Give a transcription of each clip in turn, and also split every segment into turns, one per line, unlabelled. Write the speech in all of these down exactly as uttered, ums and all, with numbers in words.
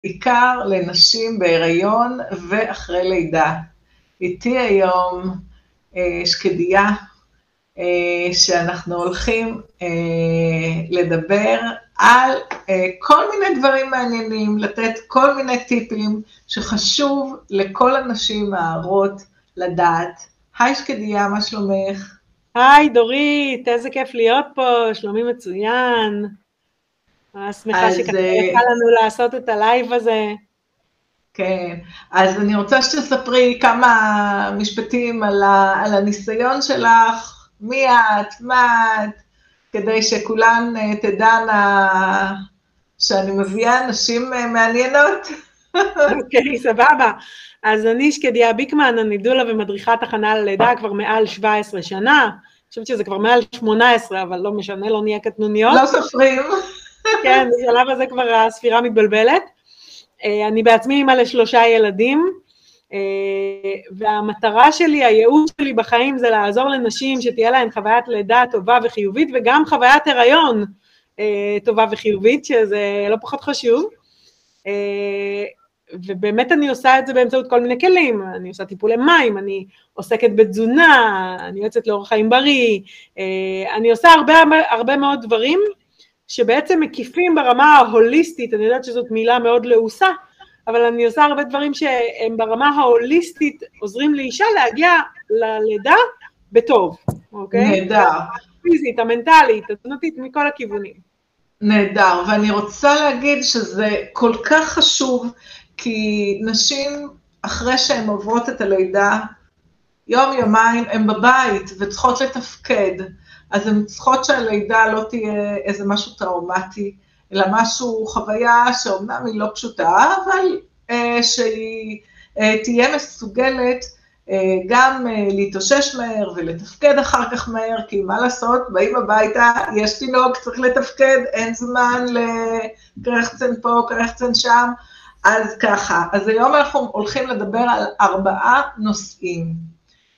בעיקר לנשים בהיריון ואחרי לידה. איתי היום שקדיה, שאנחנו הולכים לדבר על כל מיני דברים מעניינים, לתת כל מיני טיפים שחשוב לכל הנשים ההרות לדעת. היי שקדיה, מה שלומך?
היי דורית, איזה כיף להיות פה, שלומי מצוין. שמחה שככה יפה לנו לעשות את הלייב הזה.
כן, אז אני רוצה שתספרי כמה משפטים על, ה, על הניסיון שלך, מי את, מה את, כדי שכולן תדענה שאני מביאה נשים מעניינות.
אוקיי, סבבה. אז אני שקדיה ביקמן, אני דולה ומדריכת הכנה ללידה כבר מעל שבע עשרה שנה, אני חושבת שזה כבר מעל שמונה עשרה, אבל לא משנה, לא נהיה קטנוניות.
לא סופרים.
כן, בשלב הזה כבר הספירה מתבלבלת. אני בעצמי אמא לשלושה ילדים, והמטרה שלי, הייעוד שלי בחיים זה לעזור לנשים שתהיה להן חוויית לידה טובה וחיובית, וגם חוויית הריון טובה וחיובית, שזה לא פחות חשוב. ובאמת אני עושה את זה באמצעות כל מיני כלים, אני עושה טיפולי מים, אני עוסקת בתזונה, אני יוצאת לאורח חיים בריא, אני עושה הרבה, הרבה מאוד דברים, שבעצם מקיפים ברמה ההוליסטית, אני יודעת שזאת מילה מאוד לעוסה, אבל אני עושה הרבה דברים שהם ברמה ההוליסטית, עוזרים לאישה להגיע ללידה בטוב, אוקיי?
נהדר.
הפיזית, המנטלית, התזונתית, מכל הכיוונים.
נהדר, ואני רוצה להגיד שזה כל כך חשוב, כי נשים אחרי שהן עוברות את הלידה, יום יומיים הן בבית וצריכות לתפקד, אז הן צריכות שהלידה לא תהיה איזה משהו טראומטי, אלא משהו, חוויה שאומנם היא לא פשוטה, אבל אה, שהיא אה, תהיה מסוגלת אה, גם אה, להתאושש מהר ולתפקד אחר כך מהר, כי מה לעשות, באים הביתה, יש תינוק, צריך לתפקד, אין זמן לקרחצן פה, קרחצן שם, אז ככה. אז היום אנחנו הולכים לדבר על ארבעה נושאים.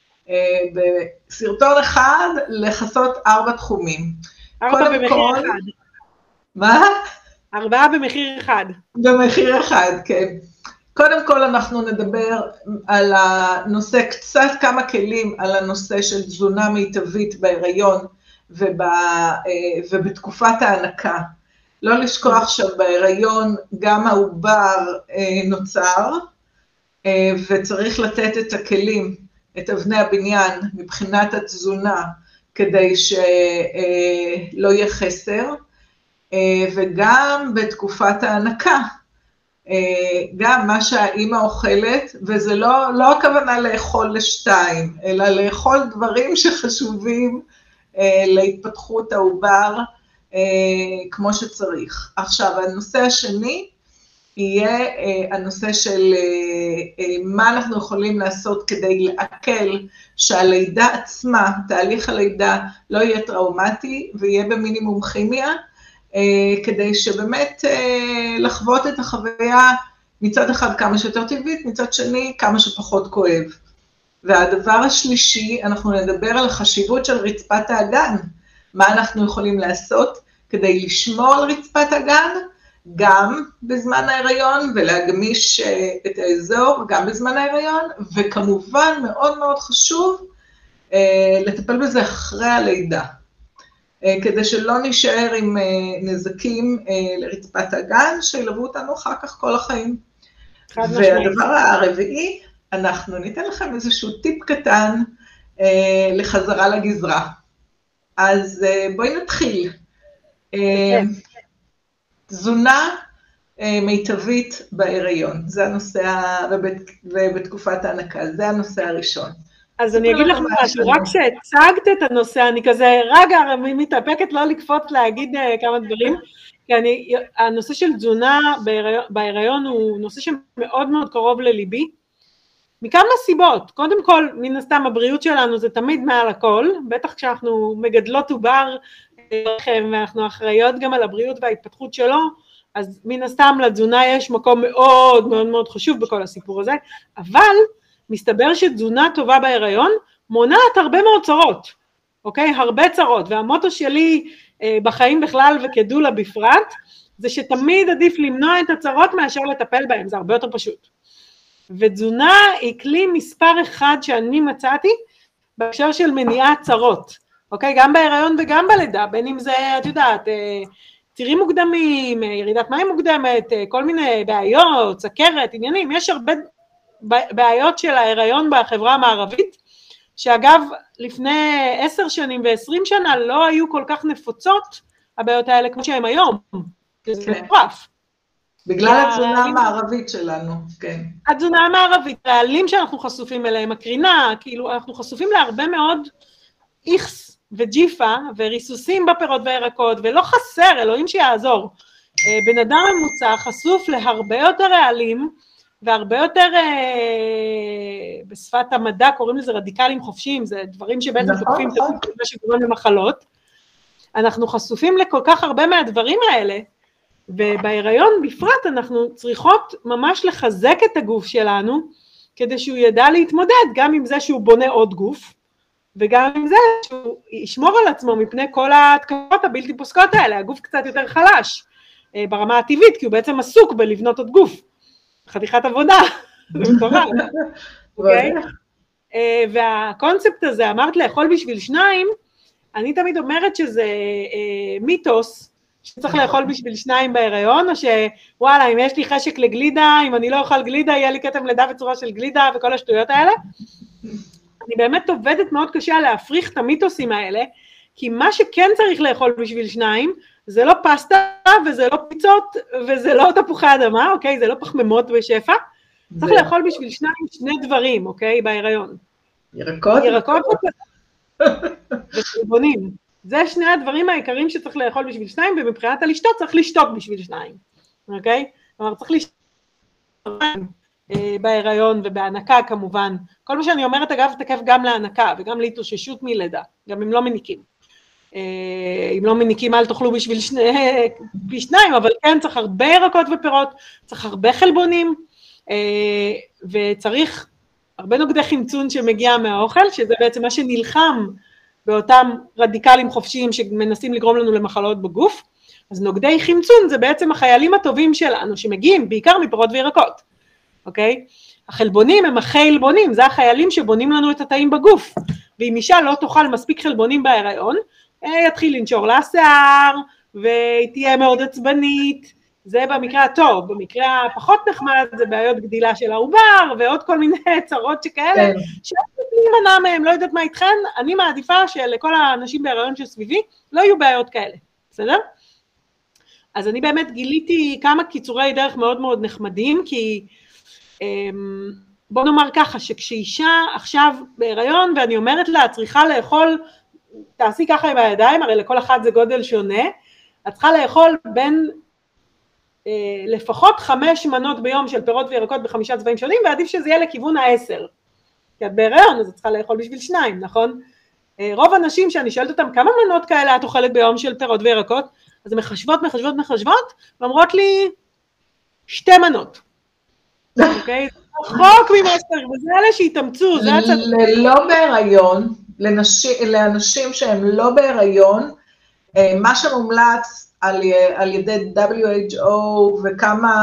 בסרטון אחד לחסות ארבע תחומים.
ארבע במחיר כל... אחד.
מה?
ארבעה במחיר אחד.
במחיר אחד, כן. קודם כל אנחנו נדבר על הנושא, קצת כמה כלים על הנושא של תזונה מיטבית בהיריון וב... ובתקופת ההנקה. לא לשכוח שבהיריון גם העובר נוצר, וצריך לתת את הכלים, את אבני הבניין מבחינת התזונה, כדי שלא יהיה חסר, וגם בתקופת ההנקה, גם מה שהאימא אוכלת, וזה לא, לא הכוונה לאכול לשתיים, אלא לאכול דברים שחשובים להתפתחות העובר, כמו שצריך. עכשיו, הנושא השני, יהיה הנושא של מה אנחנו יכולים לעשות כדי להקל שהלידה עצמה, תהליך הלידה, לא יהיה טראומטי ויהיה במינימום כימיה, כדי שבאמת לחוות את החוויה מצד אחד כמה שיותר טבעית, מצד שני כמה שפחות כואב. והדבר השלישי, אנחנו נדבר על החשיבות של רצפת האגן, מה אנחנו יכולים לעשות כדי לשמור על רצפת האגן, גם בזמן ההיריון ולהגמיש את האזור, גם בזמן ההיריון, וכמובן מאוד מאוד חשוב לטפל בזה אחרי הלידה, כדי שלא נשאר עם נזקים לרצפת האגן, שילוו אותנו אחר כך כל החיים. והדבר הרביעי, אנחנו ניתן לכם איזשהו טיפ קטן לחזרה לגזרה. אז בואי נתחיל. תזונה מיטבית בהיריון, זה הנושא, ובתקופת ההנקה, זה הנושא הראשון.
אז אני אגיד לך משהו, רק שהצגת את הנושא, אני כזה, רגע, אני מתאפקת לא לקפוץ להגיד כמה דברים, כי אני, הנושא של תזונה בהיריון הוא נושא שמאוד מאוד קרוב לליבי, מכמה סיבות. קודם כל, מן הסתם הבריאות שלנו זה תמיד מעל הכל, בטח כשאנחנו מגדלות עובר, ואנחנו אחראיות גם על הבריאות וההתפתחות שלו, אז מן הסתם לתזונה יש מקום מאוד מאוד מאוד חשוב בכל הסיפור הזה, אבל מסתבר שתזונה טובה בהיריון מונעת הרבה מאוד צרות, אוקיי? הרבה צרות, והמוטו שלי בחיים בכלל וכדולה בפרט, זה שתמיד עדיף למנוע את הצרות מאשר לטפל בהם, זה הרבה יותר פשוט. ותזונה היא כלי מספר אחד שאני מצאתי, בהקשר של מניעת צרות, אוקיי? גם בהיריון וגם בלידה, בין אם זה, את יודעת, צירים מוקדמים, ירידת מים מוקדמת, כל מיני בעיות, סכרת, עניינים, יש הרבה בעיות של ההיריון בחברה המערבית, שאגב, לפני עשר שנים ועשרים שנה לא היו כל כך נפוצות הבעיות האלה כמו שהן היום, זה מטורף.
בגלל התזונה המערבית שלנו, כן.
התזונה המערבית, הרעלים שאנחנו חשופים אליהם, הקרינה, כאילו אנחנו חשופים להרבה מאוד איכס וג'יפה וריסוסים בפירות והירקות, ולא חסר, אלוהים שיעזור. בן אדם ממוצע חשוף להרבה יותר רעלים, והרבה יותר, בשפת המדע קוראים לזה רדיקלים חופשיים, זה דברים שבעצם תוקפים את מה שגורם למחלות. אנחנו חשופים לכל כך הרבה מהדברים האלה, ובהיריון בפרט אנחנו צריכות ממש לחזק את הגוף שלנו, כדי שהוא ידע להתמודד, גם עם זה שהוא בונה עוד גוף, וגם עם זה שהוא ישמור על עצמו מפני כל ההתקפות הבלתי פוסקות האלה, הגוף קצת יותר חלש, ברמה הטבעית, כי הוא בעצם עסוק בלבנות עוד גוף, חתיכת עבודה, זה מטורף, אוקיי? והקונספט הזה, אמרת לאכול בשביל שניים, אני תמיד אומרת שזה מיתוס, שצריך לאכול בשביל שניים בהיריון, או שוואלה, אם יש לי חשק לגלידה, אם אני לא אוכל גלידה, יהיה לי כתם לידה בצורה של גלידה, וכל השטויות האלה. אני באמת עובדת מאוד קשה להפריך את המיתוסים האלה, כי מה שכן צריך לאכול בשביל שניים, זה לא פסטה, וזה לא פיצות, וזה לא תפוחי אדמה, אוקיי? זה לא פחמימות בשפע. צריך לאכול בשביל שניים שני דברים, אוקיי? בהיריון.
ירקות?
ירקות וחלבונים. זה שני הדברים העיקריים שצריך לאכול בשביל שניים, ומבחינת הלשתות צריך לשתות בשביל שניים, אוקיי? כלומר, צריך לשתות בהיריון ובהנקה כמובן. כל מה שאני אומרת, אגב, תקף גם להנקה, וגם להתאוששות מלידה, גם אם לא מניקים. אם לא מניקים, אל תאכלו בשביל שני, פי שניים, אבל כן, צריך הרבה ירקות ופירות, צריך הרבה חלבונים, וצריך הרבה נוגדי חמצון שמגיע מהאוכל, שזה בעצם מה שנלחם באותם רדיקלים חופשיים שמנסים לגרום לנו למחלות בגוף. אז נוגדי חמצון זה בעצם החיילים הטובים שלנו, שמגיעים בעיקר מפירות וירקות, אוקיי? החלבונים הם החלבונים, זה החיילים שבונים לנו את התאים בגוף, ואם אישה לא תאכל מספיק חלבונים בהיריון, יתחיל לנשור לה שיער, והיא תהיה מאוד עצבנית, זה במקרה הטוב, במקרה הפחות נחמד, זה בעיות גדילה של העובר, ועוד כל מיני צרות שכאלה, שאני מנע מהם, לא יודעת מה איתכן, אני מעדיפה שלכל האנשים בהיריון שסביבי, לא יהיו בעיות כאלה, בסדר? אז אני באמת גיליתי כמה קיצורי דרך מאוד מאוד נחמדים, כי בוא נאמר ככה, שכשאישה עכשיו בהיריון, ואני אומרת לה, צריכה לאכול, תעשי ככה עם הידיים, הרי לכל אחד זה גודל שונה, את צריכה לאכול בין לפחות חמש מנות ביום של פירות וירקות בחמישה צבעים שונים, ועדיף שזה יהיה לכיוון העשר, כי את בהיריון, אז את צריכה לאכול בשביל שניים, נכון? רוב האנשים שאני שואלת אותם, כמה מנות כאלה את אוכלת ביום של פירות וירקות? אז הן מחשבות, מחשבות, מחשבות, ואומרות לי, שתי מנות. אוקיי? רחוק ממסתר, וזה אלה שהתאמצו, זה הצד...
לא בהיריון, לאנשים שהם לא בהיריון, מה שמומלץ על, על ידי דאבליו אייץ' או וכמה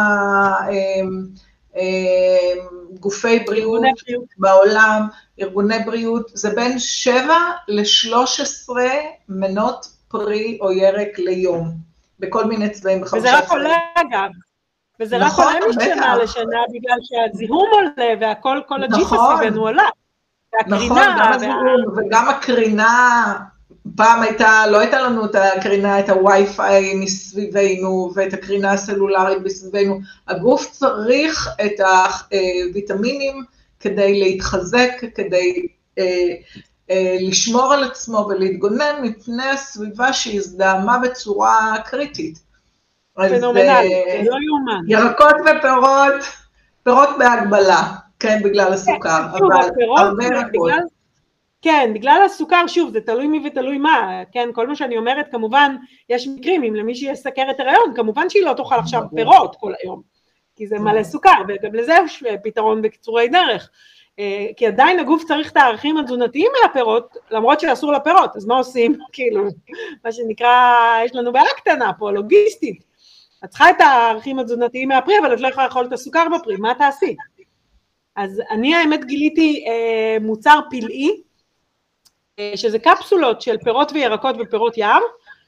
גופי בריאות בעולם, ארגוני בריאות, זה בין שבע לשלוש עשרה מנות פרי או ירק ליום, בכל מיני צבעים בחמישה צבעים.
וזה רק עולה אגב, וזה רק עולה משנה לשנה, בגלל שהזיהום עולה והכל, כל הג'יפה סביבנו עולה.
נכון, גם הזיהום וגם הקרינה, פעם הייתה, לא הייתה לנו את הקרינה, את הווי-פיי מסביבנו ואת הקרינה הסלולרית מסביבנו, הגוף צריך את הוויטמינים כדי להתחזק, כדי לשמור על עצמו ולהתגונן מפני הסביבה שהזדהמה בצורה קריטית.
פנומנל, זה לא יומן.
ירקות ופירות, פירות בהגבלה, כן, בגלל הסוכר, אבל הרבה ירקות.
כן, בגלל הסוכר, שוב, זה תלוי מי ותלוי מה, כן, כל מה שאני אומרת, כמובן, יש מקרים, אם למי שיש סכרת הריון, כמובן שהיא לא תאכל עכשיו פירות כל היום, כי זה מלא סוכר, וגם לזה יש פתרון בקיצורי דרך, כי עדיין הגוף צריך את הערכים התזונתיים מהפירות, למרות שאסור לפירות, אז מה עושים? כאילו, מה שנקרא, יש לנו בעיה קטנה פה, לוגיסטית, את צריכה את הערכים התזונתיים מהפרי, אבל את לא יכולה לאכול את הסוכר בפרי, מה תעשי? אז אני האמת גיליתי אה, מוצר פלאי, אה, שזה קפסולות של פירות וירקות ופירות יער,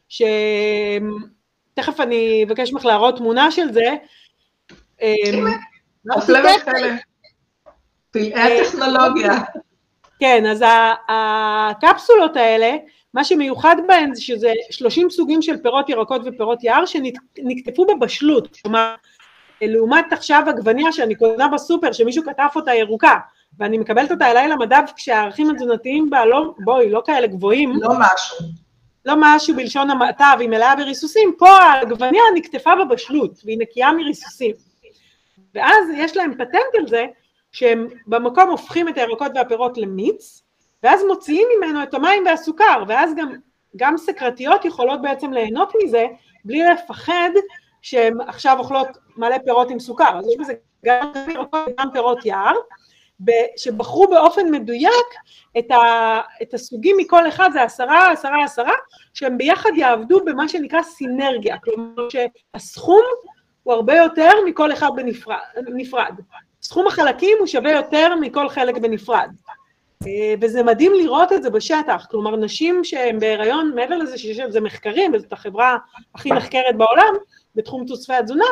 שתכף אני אבקש ממך להראות תמונה של זה.
הנה, הפלא וחלק, פלאי הטכנולוגיה.
כן, אז הקפסולות האלה, מה שמיוחד בהן זה שזה שלושים סוגים של פירות ירקות ופירות יער שנקטפו בבשלות, כלומר, לעומת עכשיו עגבניה שאני קונה בסופר, שמישהו כתף אותה ירוקה, ואני מקבלת אותה אליי למדף כשהערכים התזונתיים בה לא, בואי, לא כאלה גבוהים.
לא משהו.
לא משהו בלשון המעטה, והיא מלאה בריסוסים, פה העגבניה נקטפה בבשלות, והיא נקייה מריסוסים. ואז יש להם פטנט על זה, שהם במקום הופכים את הירקות והפירות למיץ, ואז מוציאים ממנו את המים והסוכר, ואז גם, גם סקרתיות יכולות בעצם ליהנות מזה, בלי לפחד שהן עכשיו אוכלות מלא פירות עם סוכר. אז יש בזה גם ירקות וגם פירות יער, שבחרו באופן מדויק את, ה, את הסוגים מכל אחד, זה עשרה, עשרה, עשרה, שהם ביחד יעבדו במה שנקרא סינרגיה, כלומר שהסכום הוא הרבה יותר מכל אחד בנפרד, נפרד. סכום החלקים הוא שווה יותר מכל חלק בנפרד. וזה מדהים לראות את זה בשטח, כלומר נשים שהן בהיריון, מעבר לזה שיש על זה מחקרים, וזאת החברה הכי נחקרת בעולם, בתחום תוספי התזונה,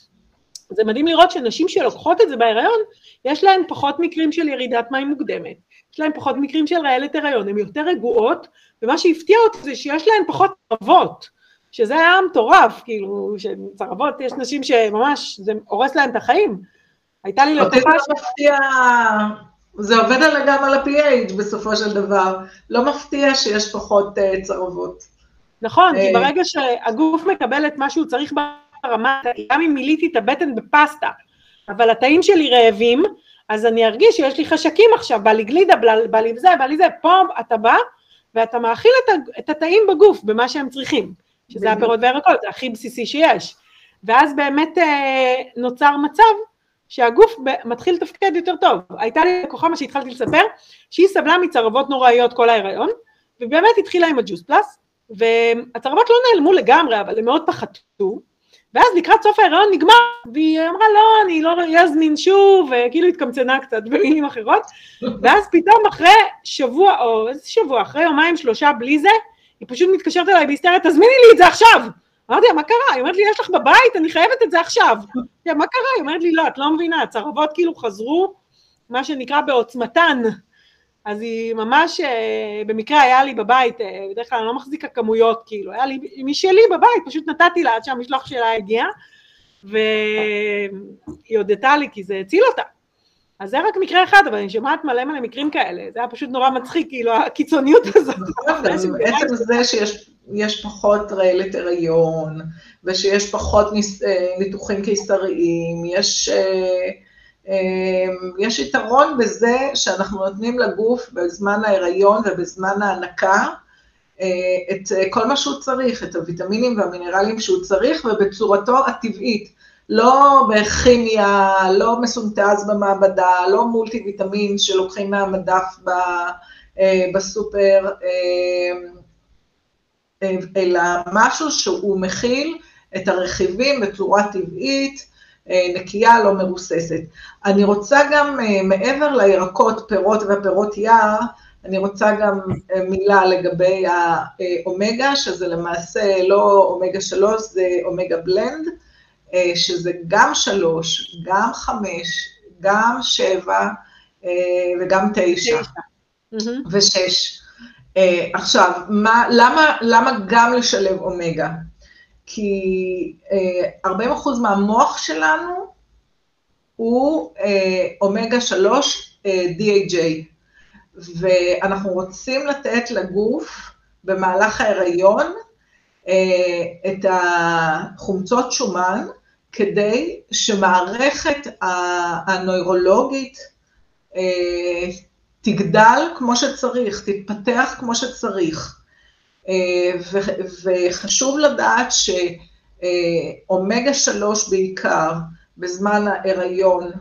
זה מדהים לראות שנשים שלוקחות את זה בהיריון, יש להן פחות מקרים של ירידת מים מוקדמת, יש להן פחות מקרים של רעלת הריון, הן יותר רגועות, ומה שהפתיע אותי זה שיש להן פחות צרבות, שזה היה מטורף, כאילו, שצרבות, יש נשים שממש, זה הורס להן את החיים. הייתה לי לקוחה ש...
מפתיע, זה עובד גם על ה-פי אייץ' בסופו של דבר, לא מפתיע שיש פחות uh, צרבות.
נכון, כי ברגע שהגוף מקבל את מה שהוא צריך ברמה, גם אם מיליתי את הבטן בפסטה, אבל התאים שלי רעבים, אז אני ארגיש שיש לי חשקים עכשיו, בא לי גלידה, בא לי זה, בא לי זה, פה אתה בא, ואתה מאכיל את התאים בגוף, במה שהם צריכים, שזה הפירות והירקות, זה הכי בסיסי שיש. ואז באמת נוצר מצב, שהגוף מתחיל לתפקד יותר טוב. הייתה לי לקוחה, מה שהתחלתי לספר, שהיא סבלה מצרבות נוראיות כל ההיריון, ובאמת התחילה עם הג'וס פלאס, והצרבות לא נעלמו לגמרי, אבל הם מאוד פחתו, ואז לקראת סוף ההיריון נגמר, והיא אמרה, לא, אני לא יזמין שוב, וכאילו התקמצנה קצת במילים אחרות, ואז פתאום אחרי שבוע, או איזה שבוע, אחרי יומיים שלושה בלי זה, היא פשוט מתקשרת אליי בהיסטריה, תזמיני לי את זה עכשיו. אמרתי לה, מה קרה? היא אומרת לי, יש לך בבית, אני חייבת את זה עכשיו. מה קרה? היא אומרת לי, לא, את לא מבינה, הצרבות כאילו חזרו, מה שנקרא בעוצמתן. אז היא ממש, במקרה היה לי בבית, בדרך כלל אני לא מחזיקה כמויות, כאילו, היה לי משלי בבית, פשוט נתתי לה עד שהמשלוח שלה הגיע, והיא הודתה לי, כי זה הציל אותה. אז זה רק מקרה אחד, אבל אני שומעת מלא מלא מקרים כאלה, זה היה פשוט נורא מצחיק, כאילו, הקיצוניות הזאת.
בעצם זה שיש פחות רעלת הריון, ושיש פחות ניתוחים קיסריים, יש... יש יתרון בזה שאנחנו נותנים לגוף בזמן ההיריון ובזמן ההנקה את כל מה שהוא צריך, את הוויטמינים והמינרלים שהוא צריך ובצורתו הטבעית, לא בכימיה, לא מסונטז במעבדה, לא מולטי ויטמין שלוקחים מהמדף בסופר, אלא משהו שהוא מכיל את הרכיבים בצורה טבעית, נקייה, לא מרוססת. אני רוצה גם, מעבר לירקות, פירות ופירות יער, אני רוצה גם מילה לגבי האומגה, שזה למעשה לא אומגה שלוש, זה אומגה בלנד, שזה גם שלוש, גם חמש, גם שבע, וגם תשע, ושש. עכשיו, מה, למה, למה גם לשלב אומגה? כי ארבעים אחוז מהמוח שלנו הוא אומגה שלוש די איי ג'יי, ואנחנו רוצים לתת לגוף במהלך ההיריון את החומצות שומן, כדי שמערכת הנוירולוגית תגדל כמו שצריך, תתפתח כמו שצריך. וחשוב לדעת שאומגה שלוש בעיקר בזמן ההיריון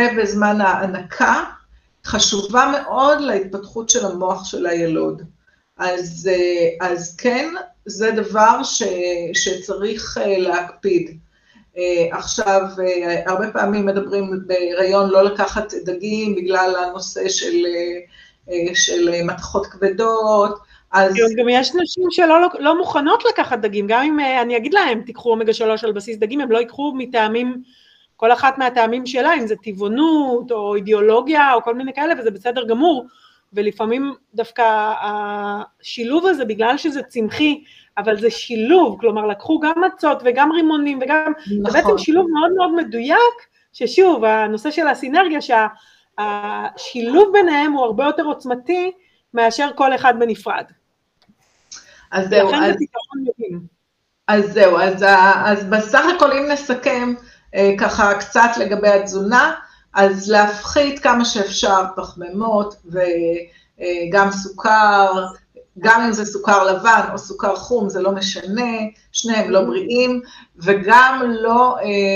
ובזמן ההנקה חשובה מאוד להתפתחות של המוח של הילוד. אז, אז כן, זה דבר ש, שצריך להקפיד. עכשיו, הרבה פעמים מדברים בהיריון לא לקחת דגים בגלל הנושא של, של מתכות כבדות, אז...
גם יש נשים שלא לא מוכנות לקחת דגים, גם אם אני אגיד להם, תיקחו אומגה שלוש על בסיס דגים, הם לא ייקחו מטעמים, כל אחת מהטעמים שלה, אם זה טבעונות או אידיאולוגיה או כל מיני כאלה, וזה בסדר גמור, ולפעמים דווקא השילוב הזה, בגלל שזה צמחי, אבל זה שילוב, כלומר לקחו גם מצות וגם רימונים, וגם, נכון. זה בעצם שילוב מאוד מאוד מדויק, ששוב, הנושא של הסינרגיה, שהשילוב ביניהם הוא הרבה יותר עוצמתי, מאשר כל אחד בנפרד.
אז זהו, אז, אז זהו, אז, אז בסך הכל אם נסכם ככה קצת לגבי התזונה, אז להפחית כמה שאפשר פחמימות וגם סוכר, גם אם זה סוכר לבן או סוכר חום, זה לא משנה, שניהם לא בריאים, וגם לא,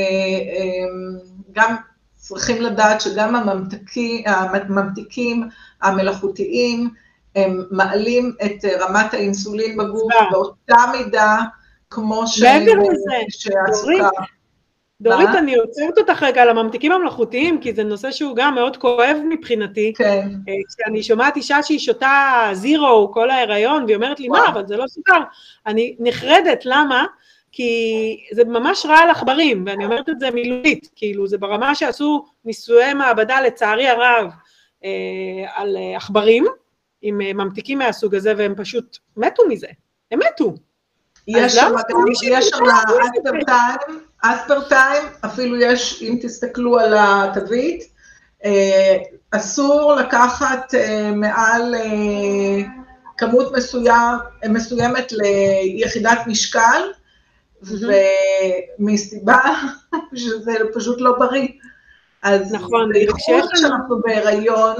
גם צריכים לדעת שגם הממתיקים, הממתיקים המלאכותיים, הם מעלים את רמת האינסולין בגוף באותה מידה, כמו שהסוכר.
דורית, אני עוצרת אותך רגע על הממתיקים המלאכותיים, כי זה נושא שהוא גם מאוד כואב מבחינתי.
כן.
כשאני שומעת אישה שהיא שותה זירו כל ההיריון, והיא אומרת לי, מה, אבל זה לא סוכר. אני נחרדת, למה? כי זה ממש רע על עכברים, ואני אומרת את זה מילולית, כאילו זה ברמה שעשו ניסויי מעבדה לצערי הרב על עכברים, עם ממתיקים מהסוג הזה, והם פשוט מתו מזה, הם מתו.
יש שם אספרטיים, אספרטיים, אפילו יש, אם תסתכלו על התווית, אסור לקחת מעל כמות מסוימת ליחידת משקל, ומסיבה שזה פשוט לא בריא. אז
נכון,
בייחוד שאנחנו בהיריון,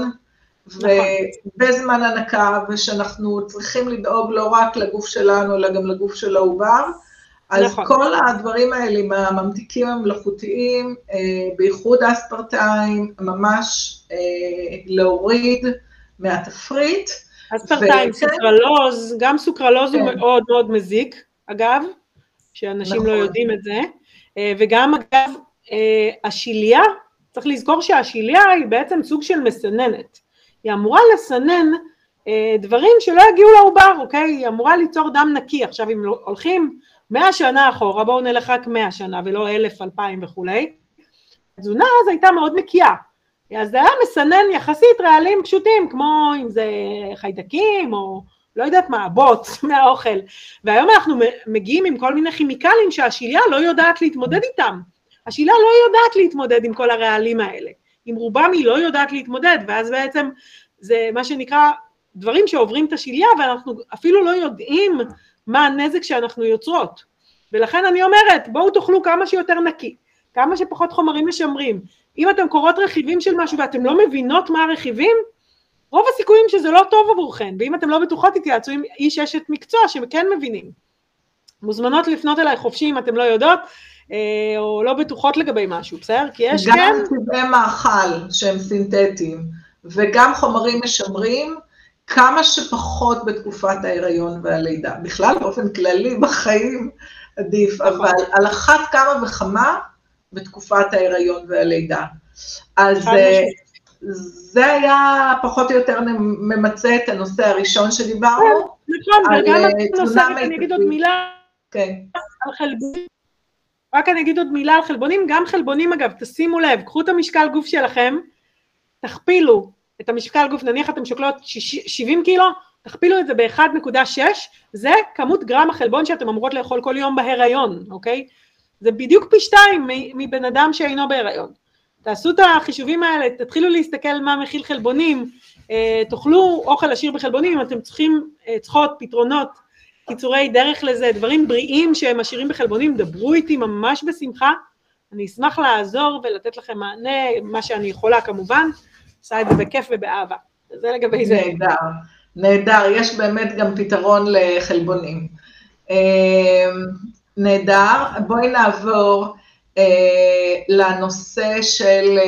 ובזמן הנקה, ושאנחנו צריכים לדאוג לא רק לגוף שלנו, אלא גם לגוף של העובר, אז נכון. כל הדברים האלה, הממתיקים המלאכותיים, בייחוד האספרטיים, ממש להוריד מהתפריט.
אספרטיים, סוכרלוז, גם סוכרלוז כן. הוא מאוד מאוד מזיק, אגב, שאנשים נכון. לא יודעים את זה, וגם אגב, השיליה, צריך לזכור שהשיליה היא בעצם סוג של מסננת, היא אמורה לסנן אה, דברים שלא יגיעו לעובר, אוקיי? היא אמורה ליצור דם נקי. עכשיו, אם הולכים מאה שנה אחורה, בואו נלך רק מאה שנה, ולא אלף, אלפיים וכולי, התזונה אז הייתה מאוד נקייה. אז זה היה מסנן יחסית רעלים פשוטים, כמו אם זה חיידקים, או לא יודעת מה, בוט מהאוכל. והיום אנחנו מגיעים עם כל מיני כימיקלים שהשיליה לא יודעת להתמודד איתם. השיליה לא יודעת להתמודד עם כל הרעלים האלה. עם רובם היא לא יודעת להתמודד, ואז בעצם זה מה שנקרא דברים שעוברים את השיליה, ואנחנו אפילו לא יודעים מה הנזק שאנחנו יוצרות. ולכן אני אומרת, בואו תאכלו כמה שיותר נקי, כמה שפחות חומרים משמרים. אם אתם קוראות רכיבים של משהו ואתם לא מבינות מה הרכיבים, רוב הסיכויים שזה לא טוב עבורכן, ואם אתם לא בטוחות תתייעצו עם איש אשת מקצוע שכן מבינים. מוזמנות לפנות אליי חופשי אם אתם לא יודעות, או לא בטוחות לגבי משהו, בסדר? כי יש
גם
כן...
טבעי מאכל שהם סינתטיים, וגם חומרים משמרים, כמה שפחות בתקופת ההיריון והלידה. בכלל, באופן כללי, בחיים עדיף, אבל על אחת כמה וכמה בתקופת ההיריון והלידה. אז זה היה פחות או יותר ממצא את הנושא הראשון שדיברנו.
נכון, וגם הנושא, אני אגיד עוד מילה על חלבונים. רק אני אגיד עוד מילה על חלבונים, גם חלבונים אגב, תשימו לב, קחו את המשקל גוף שלכם, תכפילו את המשקל גוף, נניח אתם שוקלות שבעים קילו, תכפילו את זה ב-אחת נקודה שש, זה כמות גרם החלבון שאתם אמורות לאכול כל יום בהיריון, אוקיי? זה בדיוק פי שתיים מבן אדם שאינו בהיריון. תעשו את החישובים האלה, תתחילו להסתכל מה מכיל חלבונים, תאכלו אוכל עשיר בחלבונים, אם אתם צריכים, צריכות פתרונות, קיצורי דרך לזה, דברים בריאים שהם עשירים בחלבונים, דברו איתי ממש בשמחה, אני אשמח לעזור ולתת לכם מענה, מה שאני יכולה כמובן, עושה את זה בכיף ובאהבה. זה לגבי זה.
נהדר, נהדר, יש באמת גם פתרון לחלבונים. נהדר, בואי נעבור לנושא של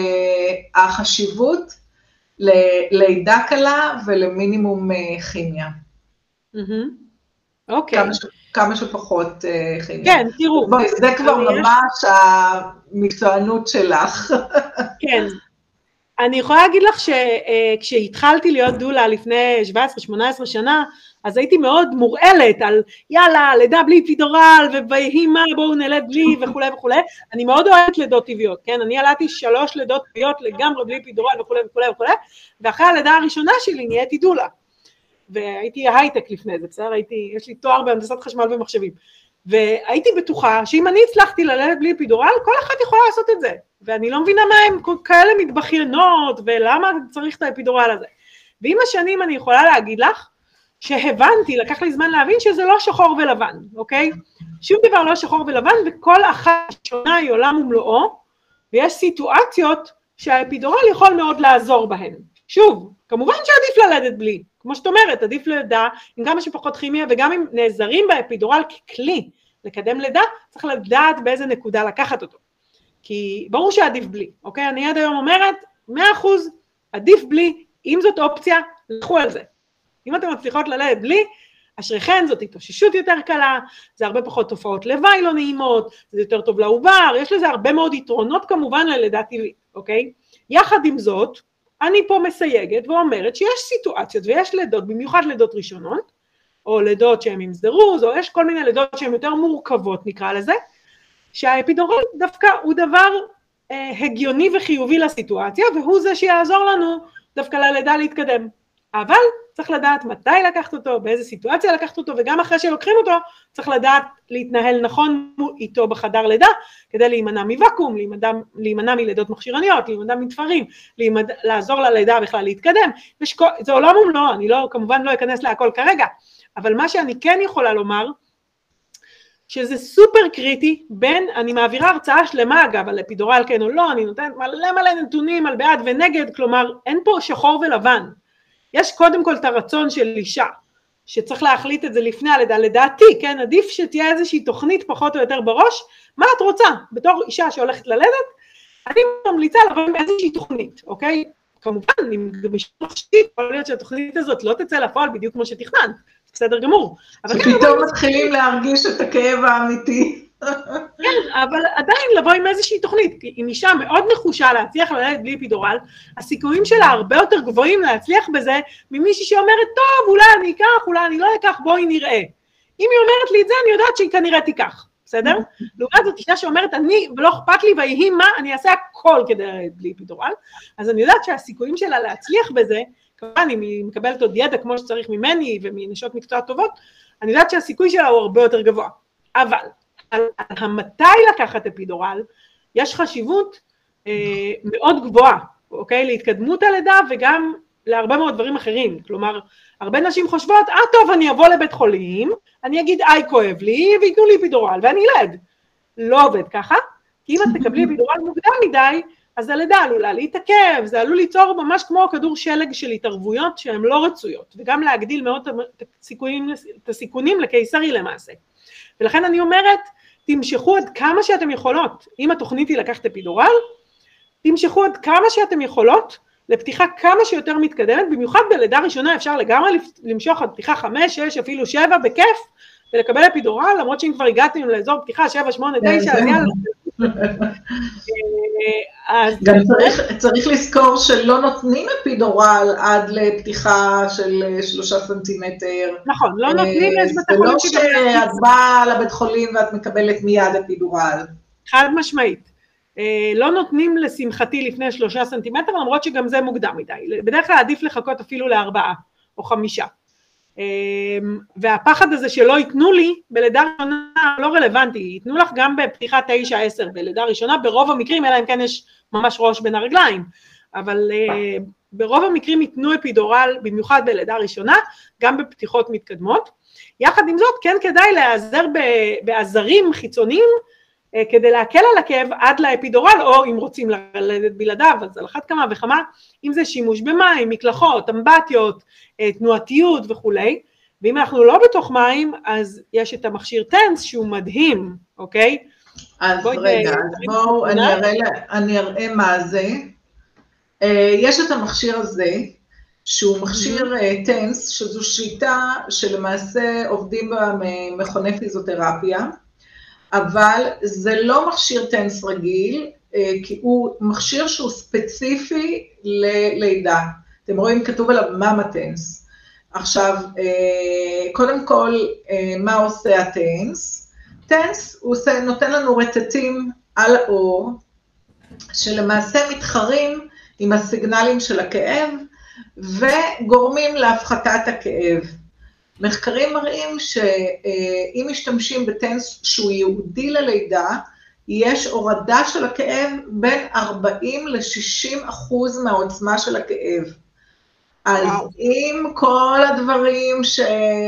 החשיבות ללידה קלה ולמינימום כימיה.
אוקיי.
כמה שפחות כימיה.
כן, תראו.
זה כבר ממש המקצוענות שלך.
כן. אני יכולה להגיד לך שכשהתחלתי להיות דולה לפני שבע עשרה שמונה עשרה שנה, אז הייתי מאוד מורעלת על יאללה, לידה בלי אפידורל, ובהי מה, בואו נלד בלי וכו' וכו'. אני מאוד אוהבת לידות טבעיות, כן? אני ילדתי שלוש לידות טבעיות לגמרי בלי אפידורל וכו' וכו' וכו', ואחרי הלידה הראשונה שלי נהייתי דולה. והייתי הייטק לפני זה, בסדר? הייתי, יש לי תואר בהנדסת חשמל ומחשבים. והייתי בטוחה שאם אני הצלחתי ללדת בלי אפידורל, כל אחד יכולה לעשות את זה. ואני לא מבינה מה הם כאלה מתבכיינות, ולמה צריך את האפידורל הזה. ועם השנים אני יכולה להגיד לך, שהבנתי, לקח לי זמן להבין שזה לא שחור ולבן, אוקיי? שום דבר לא שחור ולבן, וכל אחת שונה היא עולם ומלואו, ויש סיטואציות שהאפידורל יכול מאוד לעזור בהן. שוב, כמובן שעדיף ללדת בלי, כמו שאת אומרת, עדיף לידה עם כמה שפחות כימיה, וגם אם נעזרים באפידורל ככלי לקדם לידה, צריך לדעת באיזה נקודה לקחת אותו. כי ברור שעדיף בלי, אוקיי? אני עד היום אומרת, מאה אחוז עדיף בלי, אם זאת אופציה, לכו על זה. אם אתם מצליחות ללדת בלי, אשריכן, זאת התאוששות יותר קלה, זה הרבה פחות תופעות לוואי לא נעימות, זה יותר טוב לעובר, יש לזה הרבה מאוד יתרונות כמובן ללידה טבעית, אוקיי? יחד עם זאת, אני פה מסייגת ואומרת שיש סיטואציות ויש לידות, במיוחד לידות ראשונות, או לידות שהן עם סדרוז, או יש כל מיני לידות שהן יותר מורכבות נקרא לזה, שהאפידורל דווקא הוא דבר אה, הגיוני וחיובי לסיטואציה, והוא זה שיעזור לנו דווקא ללידה להתקדם. אבל צריך לדעת מתי לקחת אותו, באיזה סיטואציה לקחת אותו, וגם אחרי שלוקחים אותו, צריך לדעת להתנהל נכון איתו בחדר לידה, כדי להימנע מוואקום, להימנע, להימנע מלידות מכשירניות, להימנע מתפרים, להימנע, לעזור ללידה בכלל להתקדם. יש, זה עולם ומלואו, אני לא, כמובן לא אכנס להכל כרגע, אבל מה שאני כן יכולה לומר, שזה סופר קריטי, בין, אני מעבירה הרצאה שלמה אגב, על אפידורל כן או לא, אני נותנת מלא מלא נתונים על בעד ונגד, כלומר, אין פה שחור ולבן. יש קודם כל את הרצון של אישה, שצריך להחליט את זה לפני הלידה, לדעתי, כן, עדיף שתהיה איזושהי תוכנית פחות או יותר בראש, מה את רוצה? בתור אישה שהולכת ללדת, אני ממליצה לבוא עם איזושהי תוכנית, אוקיי? כמובן, אם זה משמעותית, יכול להיות שהתוכנית הזאת לא תצא לפועל בדיוק כמו שתכנן, בסדר גמור.
שפתאום מתחילים להרגיש את הכאב האמיתי.
כן, אבל עדיין לבוא עם איזושהי תוכנית, עם אישה מאוד נחושה להצליח ללדת בלי אפידורל, הסיכויים שלה הרבה יותר גבוהים להצליח בזה, ממישהי שאומרת, טוב, אולי אני אקח, אולי אני לא אקח, בואי נראה. אם היא אומרת לי את זה, אני יודעת שהיא כנראה תיקח, בסדר? לעומת זאת, אישה שאומרת, אני, ולא אכפת לי, ויהי מה, אני אעשה הכל כדי ללדת בלי אפידורל, אז אני יודעת שהסיכויים שלה להצליח בזה, כמובן, אם היא מקבלת עוד ידע כמו שצריך ממני, ומנשות מקצוע טובות, אני יודעת שהסיכוי שלה הוא הרבה יותר גבוה. אבל, על המתי לקחת אפידורל, יש חשיבות אה, מאוד גבוהה, אוקיי? להתקדמות הלידה וגם להרבה מאוד דברים אחרים. כלומר, הרבה נשים חושבות, אה טוב, אני אבוא לבית חולים, אני אגיד, איי כואב לי, ויתנו לי אפידורל, ואני אלד. לא עובד ככה, כי אם את תקבלי אפידורל מוקדם מדי, אז הלידה עלולה להתעכב, זה עלול ליצור ממש כמו כדור שלג של התערבויות שהן לא רצויות, וגם להגדיל מאוד את הסיכונים, את הסיכונים לקיסרי למעשה. ולכן אני אומרת, תמשכו עד כמה שאתם יכולות, אם התוכנית היא לקחת אפידורל, תמשכו עד כמה שאתם יכולות, לפתיחה כמה שיותר מתקדמת, במיוחד בלידה ראשונה אפשר לגמרי למשוך עד פתיחה חמש, שש, אפילו שבע, בכיף, ולקבל אפידורל, למרות שאם כבר הגעתם לאזור פתיחה שבע, שמונה, תשע, אז יאללה.
גם צריך לזכור שלא נותנים אפידורל עד לפתיחה של שלושה סנטימטר.
נכון, לא נותנים, יש בית
חולים. זה לא שאת באה לבית חולים ואת מקבלת מיד אפידורל.
חד משמעית. לא נותנים לשמחתי לפני שלושה סנטימטר, למרות שגם זה מוקדם מדי. בדרך כלל עדיף לחכות אפילו לארבעה או חמישה. והפחד הזה שלא ייתנו לי בלידה ראשונה לא רלוונטי, ייתנו לך גם בפתיחה תשע עשר בלידה ראשונה, ברוב המקרים, אלא אם כן יש ממש ראש בין הרגליים, אבל ברוב המקרים ייתנו אפידורל, במיוחד בלידה ראשונה, גם בפתיחות מתקדמות. יחד עם זאת, כן כדאי להיעזר בעזרים חיצוניים, כדי להקל על הכאב עד לאפידורל, או אם רוצים ללדת בלעדיו, אז על אחת כמה וכמה, אם זה שימוש במים, מקלחות, אמבטיות, תנועתיות וכולי, ואם אנחנו לא בתוך מים, אז יש את המכשיר טנס שהוא מדהים, אוקיי?
אז רגע, אז בואו אני אראה מה זה. יש את המכשיר הזה, שהוא מכשיר טנס, שזו שיטה שלמעשה עובדים במכוני פיזיותרפיה, אבל זה לא מכשיר טנס רגיל, כי הוא מכשיר שהוא ספציפי ללידה. אתם רואים, כתוב עליו מאמה טנס. עכשיו, קודם כל, מה עושה הטנס? טנס הוא עושה, נותן לנו רטטים על האור, שלמעשה מתחרים עם הסיגנלים של הכאב, וגורמים להפחתת הכאב. מחקרים מראים שאם משתמשים בטנס שהוא ייעודי ללידה, יש הורדה של הכאב בין ארבעים ל-שישים אחוז מהעוצמה של הכאב. אז וואו. עם כל הדברים ש...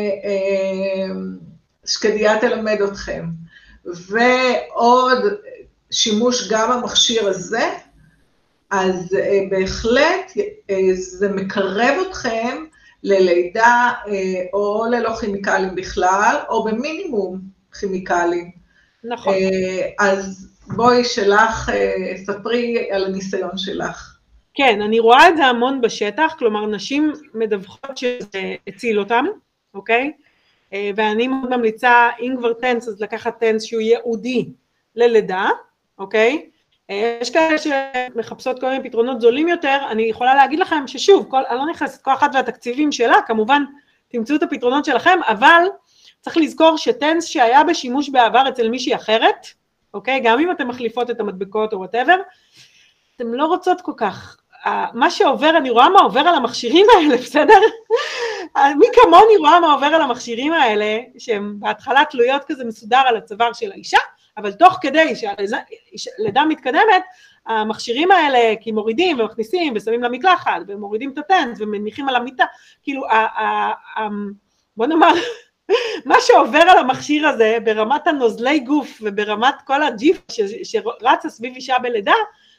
שקדיה תלמד אתכם, ועוד שימוש גם המכשיר הזה, אז בהחלט זה מקרב אתכם ללידה או ללא כימיקלים בכלל, או במינימום כימיקלים.
נכון.
אז בואי שלך, ספרי על הניסיון שלך.
כן, אני רואה את זה המון בשטח, כלומר נשים מדווחות שזה הציל אותם, אוקיי? ואני מאוד ממליצה, אם כבר טנס, אז לקחת טנס שהוא ייעודי ללידה, אוקיי? יש כאלה שמחפשות כל מיני פתרונות זולים יותר, אני יכולה להגיד לכם ששוב, כל, אני לא נכנסת כל אחת והתקציבים שלה, כמובן תמצאו את הפתרונות שלכם, אבל צריך לזכור שטנס שהיה בשימוש בעבר אצל מישהי אחרת, אוקיי? גם אם אתם מחליפות את המדבקות או whatever, אתם לא רוצות כל כך. מה שעובר, אני רואה מה עובר על המכשירים האלה, בסדר? מי כמוני רואה מה עובר על המכשירים האלה, שהם בהתחלה תלויות כזה מסודר על הצוואר של האישה, אבל תוך כדי שהלידה מתקדמת, המכשירים האלה, כי מורידים ומכניסים ושמים למקלחת, ומורידים את הטנס ומניחים על המיטה, כאילו, בוא נאמר, מה שעובר על המכשיר הזה, ברמת הנוזלי גוף וברמת כל הג'יף שרצה סביב אישה בלידה,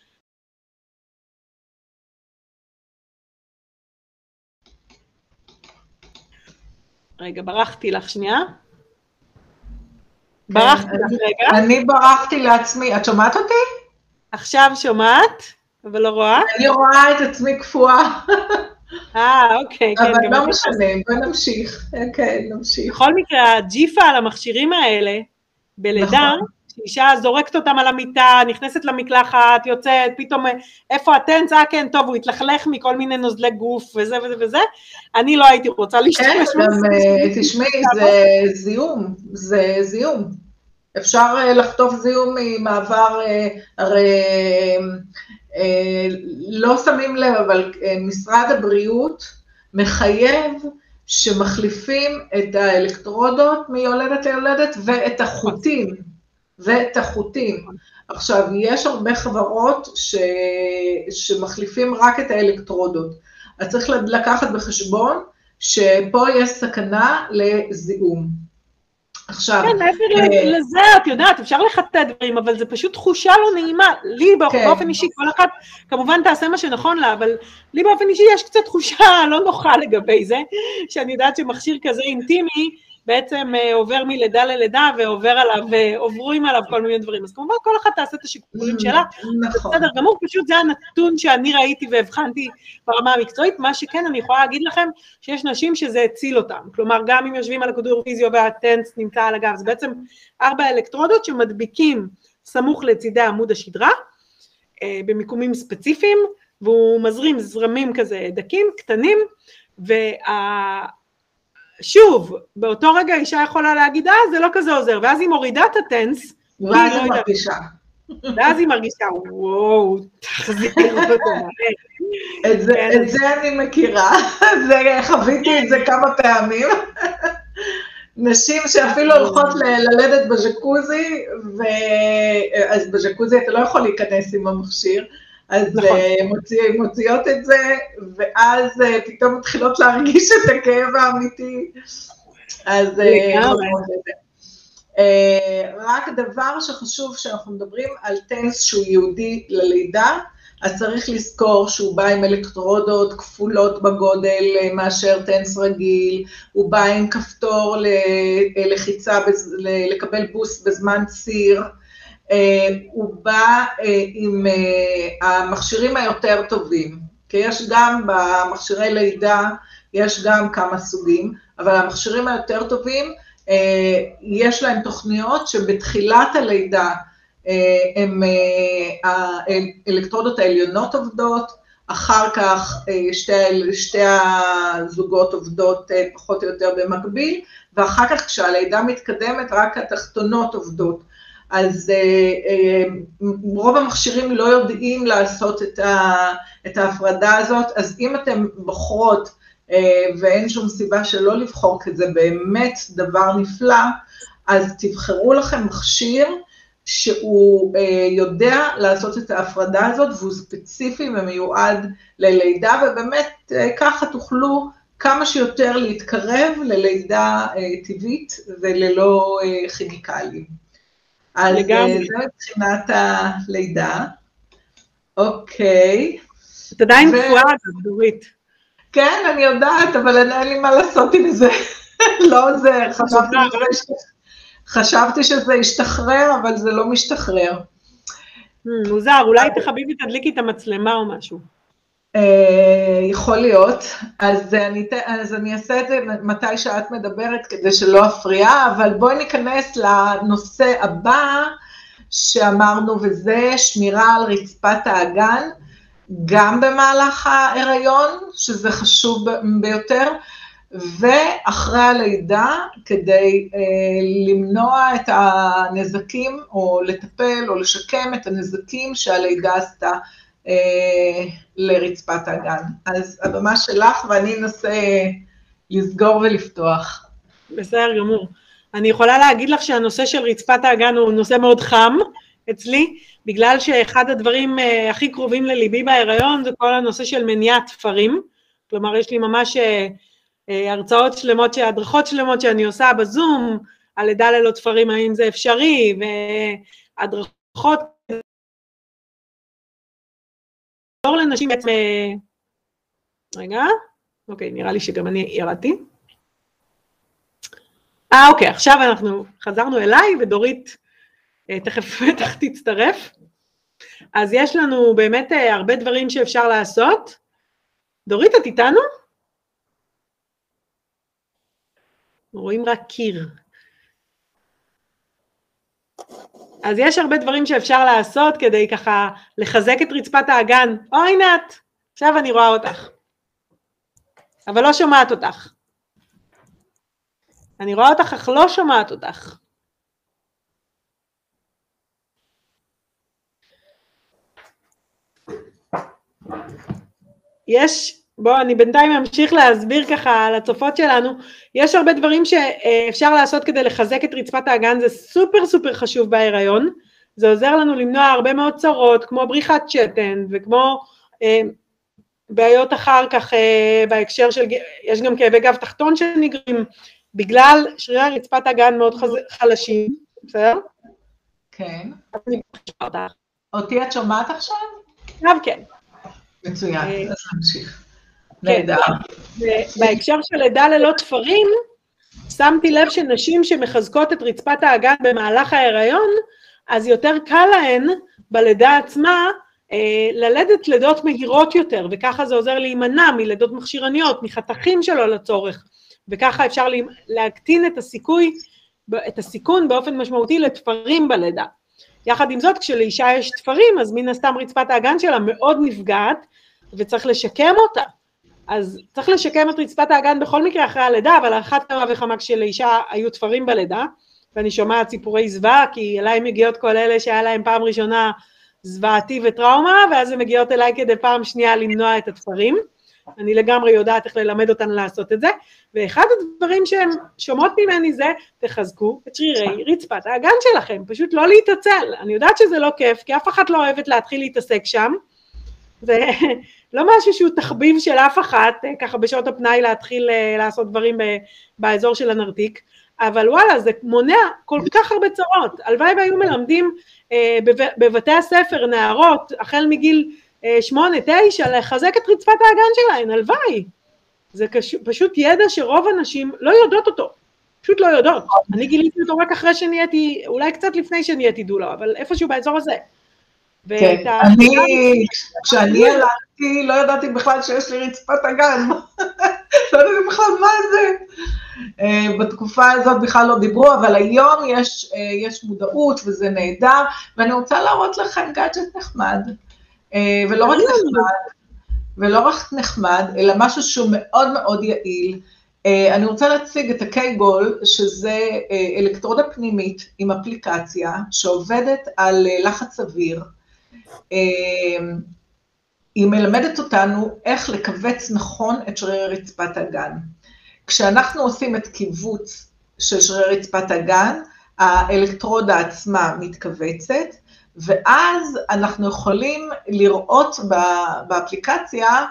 רגע, ברחתי לך שנייה. ברחתי לך רגע.
אני ברחתי לעצמי, את שומעת אותי?
עכשיו שומעת, אבל לא רואה.
אני רואה את עצמי קפואה.
אה, אוקיי.
אבל לא משנה, בוא נמשיך. כן, נמשיך.
בכל מקרה, הג'יפה על המכשירים האלה, בלידה, שאישה זורקת אותם על המיטה, נכנסת למקלחת, יוצאת, פתאום איפה הטנס, אה כן, טוב, הוא התלכלך מכל מיני נוזלי גוף וזה וזה וזה, אני לא הייתי רוצה להשתמש.
כן, גם תשמעי, זה זיהום, זה זיהום. אפשר לחטוף זיהום ממעבר, הרי לא שמים לב, אבל משרד הבריאות מחייב שמחליפים את האלקטרודות מיולדת ליולדת ואת החוטים. ואת החוטים. עכשיו, יש הרבה חברות ש... שמחליפים רק את האלקטרודות. אז צריך לקחת בחשבון שפה יש סכנה לזיהום. עכשיו...
כן, מעבר לזה, את יודעת, אפשר לחטא דברים, אבל זה פשוט תחושה לא נעימה. לי באופן אישי, כל אחת כמובן תעשה מה שנכון לה, אבל לי באופן אישי יש קצת תחושה לא נוחה לגבי זה, שאני יודעת שמכשיר כזה אינטימי, בעצם עובר מלידה ללידה ועובר עליו, ועוברים עליו כל מיני דברים. אז כמובן כל אחת תעשה את השיקולים שלה.
נכון.
בסדר גמור, פשוט זה הנתון שאני ראיתי והבחנתי ברמה המקצועית. מה שכן אני יכולה להגיד לכם, שיש נשים שזה הציל אותם. כלומר, גם אם יושבים על הכדור פיזיו והטנס נמצא על הגב, זה בעצם ארבע אלקטרודות שמדביקים סמוך לצידי עמוד השדרה, במיקומים ספציפיים, והוא מזרים זרמים כזה דקים, קטנים, וה... שוב, באותו רגע האישה יכולה להגיד, אה, זה לא כזה עוזר, ואז היא מורידה את הטנס,
ואז היא מרגישה.
ואז היא מרגישה, וואו, תחזיר אותו.
את זה אני מכירה, חוויתי את זה כמה פעמים. נשים שאפילו הולכות ללדת בז'קוזי, אז בז'קוזי אתה לא יכול להיכנס עם המכשיר, אז מוציאות את זה, ואז פתאום מתחילות להרגיש את הכאב האמיתי, אז רק דבר שחשוב שאנחנו מדברים על טנס שהוא יהודי ללידה, אז צריך לזכור שהוא בא עם אלקטרודות כפולות בגודל מאשר טנס רגיל, הוא בא עם כפתור ללחיצה, לקבל בוסט בזמן ציר, הוא בא עם המכשירים היותר טובים, כי יש גם במכשירי לידה, יש גם כמה סוגים, אבל המכשירים היותר טובים, יש להם תוכניות שבתחילת הלידה, הם, האלקטרודות העליונות עובדות, אחר כך שתי, שתי הזוגות עובדות פחות או יותר במקביל, ואחר כך כשהלידה מתקדמת רק התחתונות עובדות. אז רוב המכשירים לא יודעים לעשות את, ה, את ההפרדה הזאת, אז אם אתם בוחרות, ואין שום סיבה שלא לבחור, כי זה באמת דבר נפלא, אז תבחרו לכם מכשיר, שהוא יודע לעשות את ההפרדה הזאת, והוא ספציפי ומיועד ללידה, ובאמת ככה תוכלו כמה שיותר להתקרב ללידה טבעית, וללא כימיקלים. אז זה מבחינת הלידה. אוקיי.
את עדיין קפואה, דורית.
כן, אני יודעת, אבל אין לי מה לעשות עם זה. לא זה, חשבתי שזה... חשבתי שזה ישתחרר, אבל זה לא משתחרר.
מוזר, אולי תחביבי תדליקי את המצלמה או משהו.
יכול להיות, אז אני, אז אני אעשה את זה מתי שאת מדברת, כדי שלא אפריע, אבל בואי ניכנס לנושא הבא שאמרנו, וזה שמירה על רצפת האגן, גם במהלך ההיריון, שזה חשוב ביותר, ואחרי הלידה, כדי אה, למנוע את הנזקים, או לטפל או לשקם את הנזקים שהלידה עשתה אה, לרצפת האגן. אז הבמה שלך, ואני אנסה לסגור ולפתוח.
בסדר גמור. אני יכולה להגיד לך שהנושא של רצפת האגן הוא נושא מאוד חם אצלי, בגלל שאחד הדברים אה, הכי קרובים לליבי בהיריון, זה כל הנושא של מניעת תפרים, כלומר יש לי ממש... אה, הרצאות שלמות, הדרכות שלמות שאני עושה בזום, על לידה ללא תפרים, האם זה אפשרי, והדרכות, לא לנשים בעצם, רגע, אוקיי, נראה לי שגם אני ירדתי. אה, אוקיי, עכשיו אנחנו חזרנו אליי, ודורית תכף בטח תצטרף. אז יש לנו באמת הרבה דברים שאפשר לעשות. דורית, את איתנו? רואים רק קיר. אז יש הרבה דברים שאפשר לעשות כדי ככה לחזק את רצפת האגן. או, הנה את, עכשיו אני רואה אותך. אבל לא שומעת אותך. אני רואה אותך, אך לא שומעת אותך. יש... בואו, אני בינתיים אמשיך להסביר ככה על הצופות שלנו, יש הרבה דברים שאפשר לעשות כדי לחזק את רצפת האגן, זה סופר סופר חשוב בהיריון, זה עוזר לנו למנוע הרבה מאוד צרות, כמו בריחת שתן, וכמו אה, בעיות אחר כך אה, בהקשר של, יש גם כאבי גב תחתון שנגרים, בגלל שרירי רצפת האגן מאוד חז... חלשים, בסדר?
כן. אותי את שומעת עכשיו?
עכשיו כן.
מצוין, אז נמשיך.
כן, בהקשר של לידה ללא תפרים, שמתי לב שנשים שמחזקות את רצפת האגן במהלך ההיריון, אז יותר קל להן בלידה עצמה ללדת לידות מהירות יותר, וככה זה עוזר להימנע מלידות מכשירניות, מחתכים שלו לצורך, וככה אפשר להקטין את הסיכוי, את הסיכון באופן משמעותי לתפרים בלידה. יחד עם זאת, כשלאישה יש תפרים, אז מן הסתם רצפת האגן שלה מאוד נפגעת, וצריך לשקם אותה. אז צריך לשקם את רצפת האגן בכל מקרה אחרי הלידה, אבל אחת כמה וכמה כשלאישה היו תפרים בלידה, ואני שומעת סיפורי זוועה, כי אליי מגיעות כל אלה שהיה להם פעם ראשונה זוועתי וטראומה, ואז הן מגיעות אליי כדי פעם שנייה למנוע את התפרים. אני לגמרי יודעת איך ללמד אותן לעשות את זה, ואחד הדברים שהן שומעות ממני זה, תחזקו את שרירי רצפת האגן שלכם, פשוט לא להתעצל. אני יודעת שזה לא כיף, כי אף אחת לא אוהבת להתחיל להתעסק שם, זה לא משהו שהוא תחביב של אף אחת, ככה בשעות הפנאי להתחיל לעשות דברים באזור של הנרתיק, אבל וואלה, זה מונע כל כך הרבה צרות. הלוואי והיו מלמדים בבתי הספר, נערות, החל מגיל שמונה, תשע, לחזק את רצפת האגן שלהן, הלוואי. זה פשוט ידע שרוב הנשים לא יודעות אותו, פשוט לא יודעות. אני גיליתי אותו רק אחרי שנהייתי, אולי קצת לפני שנהייתי דולה, אבל איפשהו באזור הזה.
כן, אני, כשאני ילדתי, לא ידעתי בכלל שיש לי רצפת אגן, לא ידעתי בכלל מה זה. בתקופה הזאת בכלל לא דיברו, אבל היום יש, יש מודעות וזה נהדר, ואני רוצה להראות לכם גאדג'ט נחמד, ולא רק נחמד, ולא רק נחמד, אלא משהו שהוא מאוד מאוד יעיל. אני רוצה להציג את הקייגול, שזה אלקטרודה פנימית עם אפליקציה, שעובדת על לחץ אוויר. היא מלמדת אותנו איך לקבץ נכון את שריר רצפת הגן. כשאנחנו עושים את קיבוץ של שריר רצפת הגן, האלקטרודה עצמה מתכווצת, ואז אנחנו יכולים לראות באפליקציה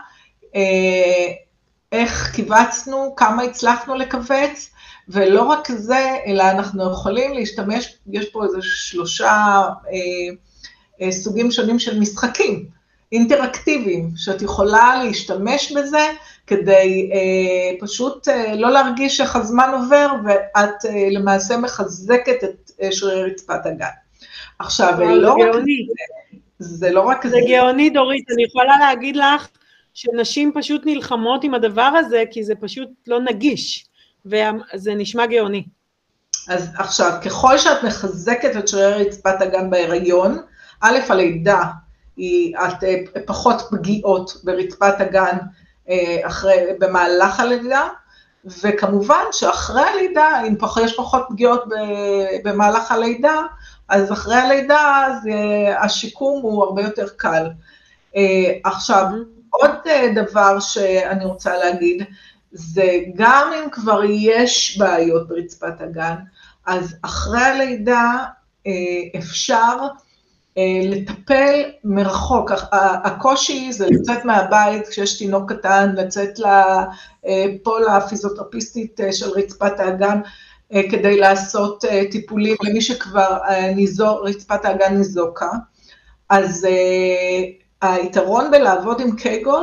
איך קיבצנו, כמה הצלחנו לקבץ, ולא רק זה, אלא אנחנו יכולים להשתמש, יש פה איזה שלושה סוגים שונים של משחקים, אינטראקטיביים, שאת יכולה להשתמש בזה, כדי אה, פשוט אה, לא להרגיש איך הזמן עובר, ואת אה, למעשה מחזקת את אה, שריר רצפת הגן. עכשיו,
זה
לא
גאוני.
רק זה, זה לא רק
זה
זה.
זה גאוני, דורית, אני יכולה להגיד לך, שנשים פשוט נלחמות עם הדבר הזה, כי זה פשוט לא נגיש, וזה נשמע גאוני.
אז עכשיו, ככל שאת מחזקת את שריר רצפת הגן בהיריון, א', הלידה, היא את פחות פגיעות ברצפת הגן אחרי, במהלך הלידה, וכמובן שאחרי הלידה, אם יש פחות פגיעות במהלך הלידה, אז אחרי הלידה, אז השיקום הוא הרבה יותר קל. עכשיו, עוד דבר שאני רוצה להגיד, זה גם אם כבר יש בעיות ברצפת הגן, אז אחרי הלידה אפשר לטפל מרחוק. הקושי זה לצאת מהבית כשיש תינוק קטן, לצאת פה לפיזיותרפיסטית של רצפת האגן, כדי לעשות טיפולים למי שכבר ניזוק, רצפת האגן ניזוקה. אז היתרון בלעבוד עם קייגול,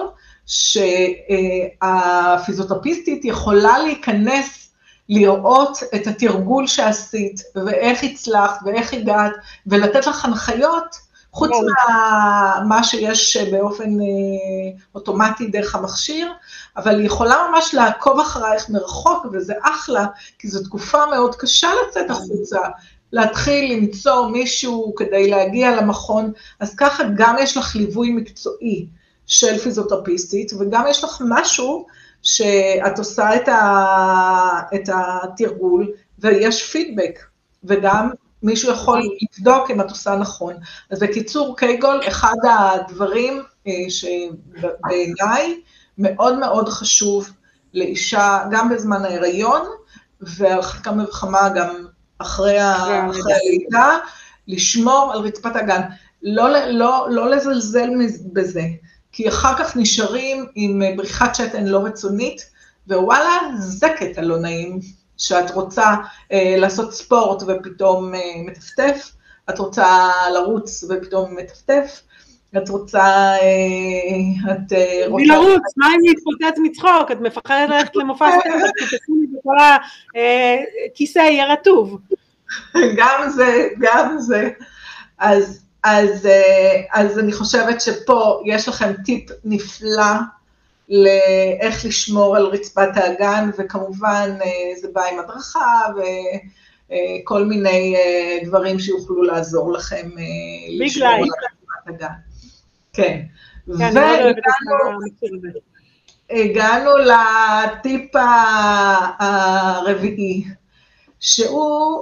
שהפיזיותרפיסטית יכולה להיכנס לראות את התרגול שעשית, ואיך הצלחת, ואיך הגעת, ולתת לך הנחיות, חוץ מה שיש באופן אוטומטי דרך המכשיר, אבל היא יכולה ממש לעקוב אחרייך מרחוק, וזה אחלה, כי זו תקופה מאוד קשה לצאת החוצה, להתחיל למצוא מישהו כדי להגיע למכון, אז ככה גם יש לך ליווי מקצועי של פיזיותרפיסטית, וגם יש לך משהו שאת עושה את, ה, את התרגול, ויש פידבק, וגם מישהו יכול לבדוק אם את עושה נכון. אז בקיצור, קייגול, אחד הדברים שבעיניי מאוד מאוד חשוב לאישה, גם בזמן ההיריון, ואחר כך מלחמה גם אחרי הלידה, לשמור על רצפת הגן, לא, לא, לא לזלזל בזה, כי אחר כך נשארים עם בריחת שתן לא רצונית, ווואלה, זה קטע לא נעים, שאת רוצה אה, לעשות ספורט ופתאום אה, מטפטף, את רוצה לרוץ ופתאום מטפטף, את רוצה, אה, את אה, רוצה...
לרוץ, מה אם להתפוצץ מצחוק? את מפחדת ללכת למופע סטנדאפ, כי תשימי בכל הכיסא יהיה רטוב.
גם זה, גם זה. אז... אז, אז אני חושבת שפה יש לכם טיפ נפלא לאיך לשמור על רצפת האגן, וכמובן זה בא עם הדרכה וכל מיני דברים שיוכלו לעזור לכם לשמור על רצפת האגן. כן. והגענו לטיפ הרביעי, שהוא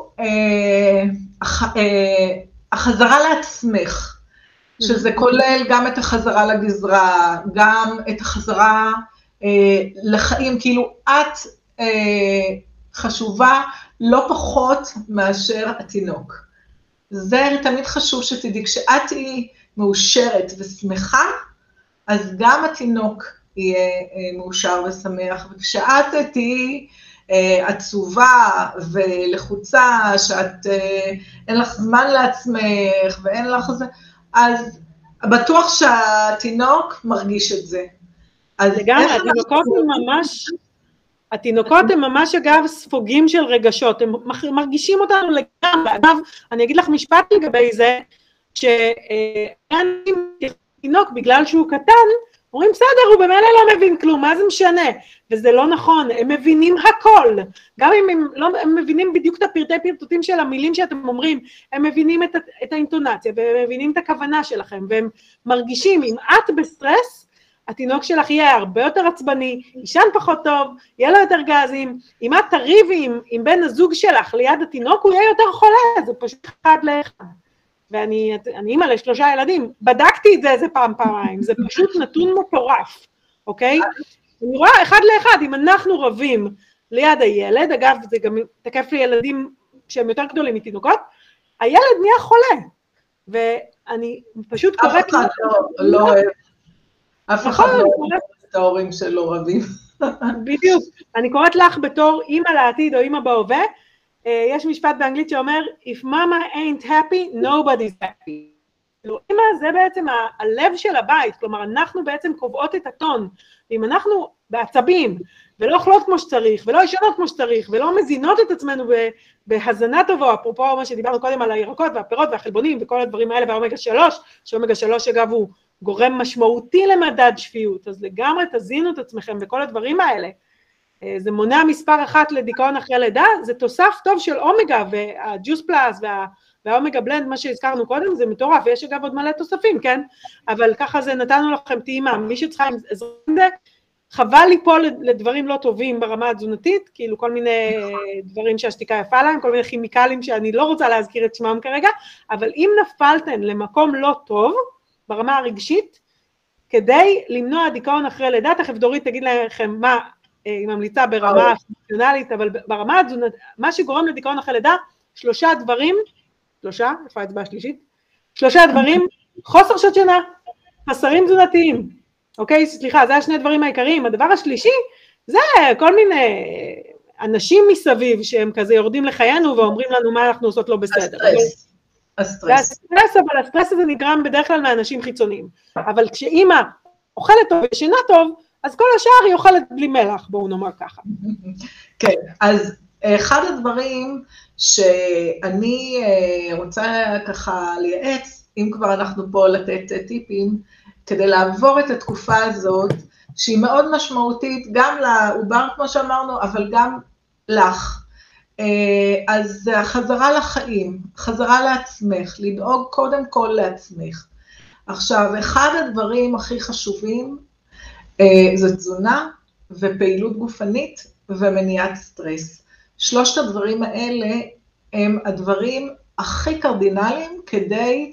החזרה לעצמך, שזה כולל גם את החזרה לגזרה, גם את החזרה אה, לחיים, כאילו את אה, חשובה לא פחות מאשר התינוק. זה תמיד חשוב שתדעי, כשאת תהיי מאושרת ושמחה, אז גם התינוק יהיה אה, מאושר ושמח, וכשאת תהיי אה, עצובה ולחוצה, שאת אה, אין לך זמן לעצמך ואין לך זה, אז בטוח שהתינוק מרגיש את זה.
לגמרי, התינוקות הם ממש, התינוקות הם ממש אגב ספוגים של רגשות, הם מרגישים אותנו לגמרי. אגב, אני אגיד לך משפט לגבי זה, שאנשים תינוק בגלל שהוא קטן, אומרים בסדר, הוא במילא לא מבין כלום, מה זה משנה? וזה לא נכון, הם מבינים הכל, גם אם הם, לא, הם מבינים בדיוק את הפרטי פרטוטים של המילים שאתם אומרים, הם מבינים את, את האינטונציה, והם מבינים את הכוונה שלכם, והם מרגישים, אם את בסטרס, התינוק שלך יהיה הרבה יותר עצבני, ישן פחות טוב, יהיה לו יותר גזים, אם את תריבי עם, עם בן הזוג שלך ליד התינוק, הוא יהיה יותר חולה, זה פשוט אחד לאחד. ואני אני אימא לשלושה ילדים, בדקתי את זה איזה פעם פעמיים, זה פשוט נתון מטורף, אוקיי? אני רואה אחד לאחד, אם אנחנו רבים ליד הילד, אגב זה גם תקף לילדים שהם יותר גדולים מתינוקות, הילד נהיה חולה, ואני פשוט קוראת...
אף אחד לא אוהב, אף אחד לא אוהב את ההורים שלא רבים.
בדיוק, אני קוראת לך בתור אימא לעתיד או אימא בהווה, יש משפט באנגלית שאומר, If mama ain't happy, nobody's happy. אימא זה בעצם הלב של הבית, כלומר אנחנו בעצם קובעות את הטון, ואם אנחנו בעצבים, ולא אוכלות כמו שצריך, ולא ישנות כמו שצריך, ולא מזינות את עצמנו בהזנה טובה, אפרופו מה שדיברנו קודם על הירקות והפירות והחלבונים, וכל הדברים האלה באומגה שלוש, שאומגה שלוש אגב הוא גורם משמעותי למדד שפיות, אז לגמרי תזינו את עצמכם בכל הדברים האלה, זה מונע מספר אחת לדיכאון אחרי לידה, זה תוסף טוב של אומגה, והג'וס פלאס וה, והאומגה בלנד, מה שהזכרנו קודם, זה מטורף, ויש אגב עוד מלא תוספים, כן? אבל ככה זה נתנו לכם טעימה, מי שצריכה עם זה, חבל ליפול לדברים לא טובים ברמה התזונתית, כאילו כל מיני דברים שהשתיקה יפה להם, כל מיני כימיקלים שאני לא רוצה להזכיר את שמם כרגע, אבל אם נפלתן למקום לא טוב, ברמה הרגשית, כדי למנוע דיכאון אחרי לידה, תכף דורית תגיד לכם מה, היא ממליצה ברמה הפונקציונלית, אבל ברמה התזונתית, מה שגורם לדיכאון אחרי לידה, שלושה דברים, שלושה, איפה האצבע השלישית? שלושה דברים, חוסר שעות שינה, חסרים תזונתיים, אוקיי, סליחה, זה השני דברים העיקריים. הדבר השלישי, זה כל מיני אנשים מסביב, שהם כזה יורדים לחיינו, ואומרים לנו מה אנחנו עושות לא בסדר.
הסטרס. הסטרס.
הסטרס, אבל הסטרס הזה נגרם בדרך כלל מאנשים חיצוניים. אבל כשאימא אוכלת טוב ושינה טוב, אז כל השאר היא אוכלת בלי מלח, בואו נאמר ככה.
כן, אז אחד הדברים שאני רוצה ככה לייעץ, אם כבר אנחנו פה לתת טיפים, כדי לעבור את התקופה הזאת, שהיא מאוד משמעותית, גם לעובר כמו שאמרנו, אבל גם לך. אז החזרה לחיים, חזרה לעצמך, לדאוג קודם כל לעצמך. עכשיו, אחד הדברים הכי חשובים, זה תזונה ופעילות גופנית ומניעת סטרס. שלושת הדברים האלה הם הדברים הכי קרדינליים כדי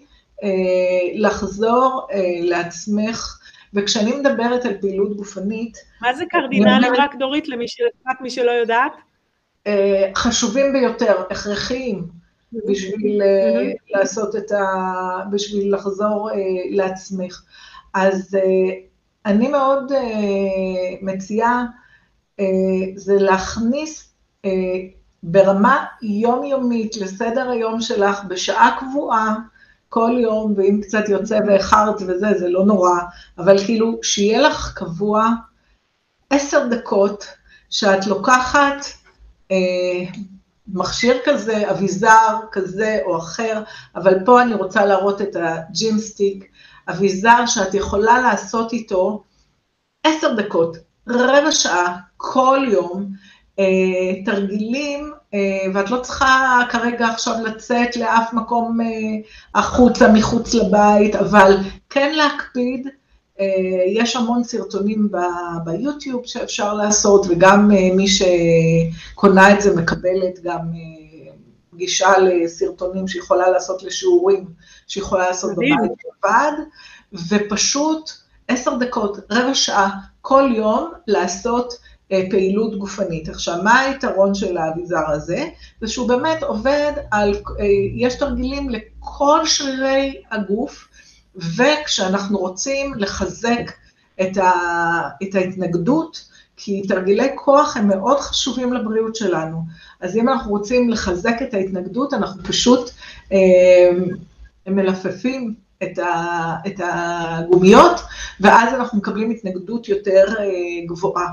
לחזור לעצמך, וכשאני מדברת על פעילות גופנית...
מה זה קרדינליים רק דורית למי מי שלא יודעת?
חשובים ביותר, הכרחיים, בשביל לעשות את ה... בשביל לחזור לעצמך. אז אני מאוד מציעה, זה להכניס ברמה יומיומית לסדר היום שלך, בשעה קבועה, כל יום, ואם קצת יוצא ואיחרת וזה, זה לא נורא, אבל כאילו שיהיה לך קבוע עשר דקות, שאת לוקחת אה, מכשיר כזה, אביזר כזה או אחר, אבל פה אני רוצה להראות את הג'ימסטיק, אביזר שאת יכולה לעשות איתו עשר דקות, רבע שעה, כל יום, אה, תרגילים, ואת לא צריכה כרגע עכשיו לצאת לאף מקום החוצה, מחוץ לבית, אבל כן להקפיד, יש המון סרטונים ביוטיוב שאפשר לעשות, וגם מי שקונה את זה מקבלת גם גישה לסרטונים שיכולה לעשות לשיעורים, שיכולה לעשות בבית לבד, ופשוט עשר דקות, רבע שעה, כל יום לעשות פעילות גופנית. עכשיו, מה היתרון של האביזר הזה? זה שהוא באמת עובד על, יש תרגילים לכל שרירי הגוף, וכשאנחנו רוצים לחזק את, ה, את ההתנגדות, כי תרגילי כוח הם מאוד חשובים לבריאות שלנו, אז אם אנחנו רוצים לחזק את ההתנגדות, אנחנו פשוט אה, מלפפים את, ה, את הגומיות, ואז אנחנו מקבלים התנגדות יותר אה, גבוהה.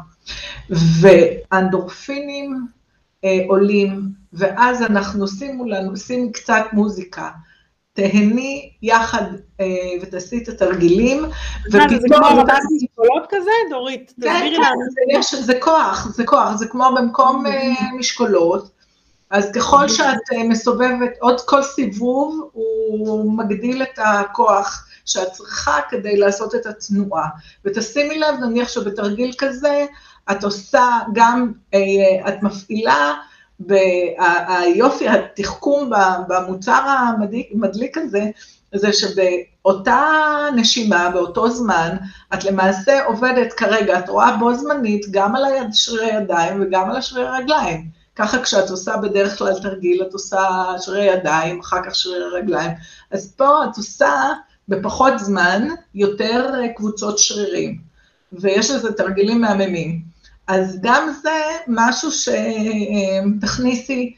ואנדורפינים אה, עולים, ואז אנחנו שימו לנו, שימו קצת מוזיקה, תהני יחד ותעשי את התרגילים.
זה כמו רמת משקולות כזה, דורית?
כן, כן, זה כוח, זה כוח, זה כמו במקום משקולות, אז ככל שאת מסובבת, עוד כל סיבוב, הוא מגדיל את הכוח שאת צריכה כדי לעשות את התנועה. ותשימי לב, נניח שבתרגיל כזה, את עושה גם, את מפעילה, היופי, התחכום במוצר המדליק הזה, זה שבאותה נשימה, באותו זמן, את למעשה עובדת כרגע, את רואה בו זמנית גם על שרירי ידיים וגם על שרירי רגליים. ככה כשאת עושה בדרך כלל תרגיל, את עושה שרירי ידיים, אחר כך שרירי רגליים. אז פה את עושה בפחות זמן יותר קבוצות שרירים, ויש לזה תרגילים מהממים. אז גם זה משהו שתכניסי,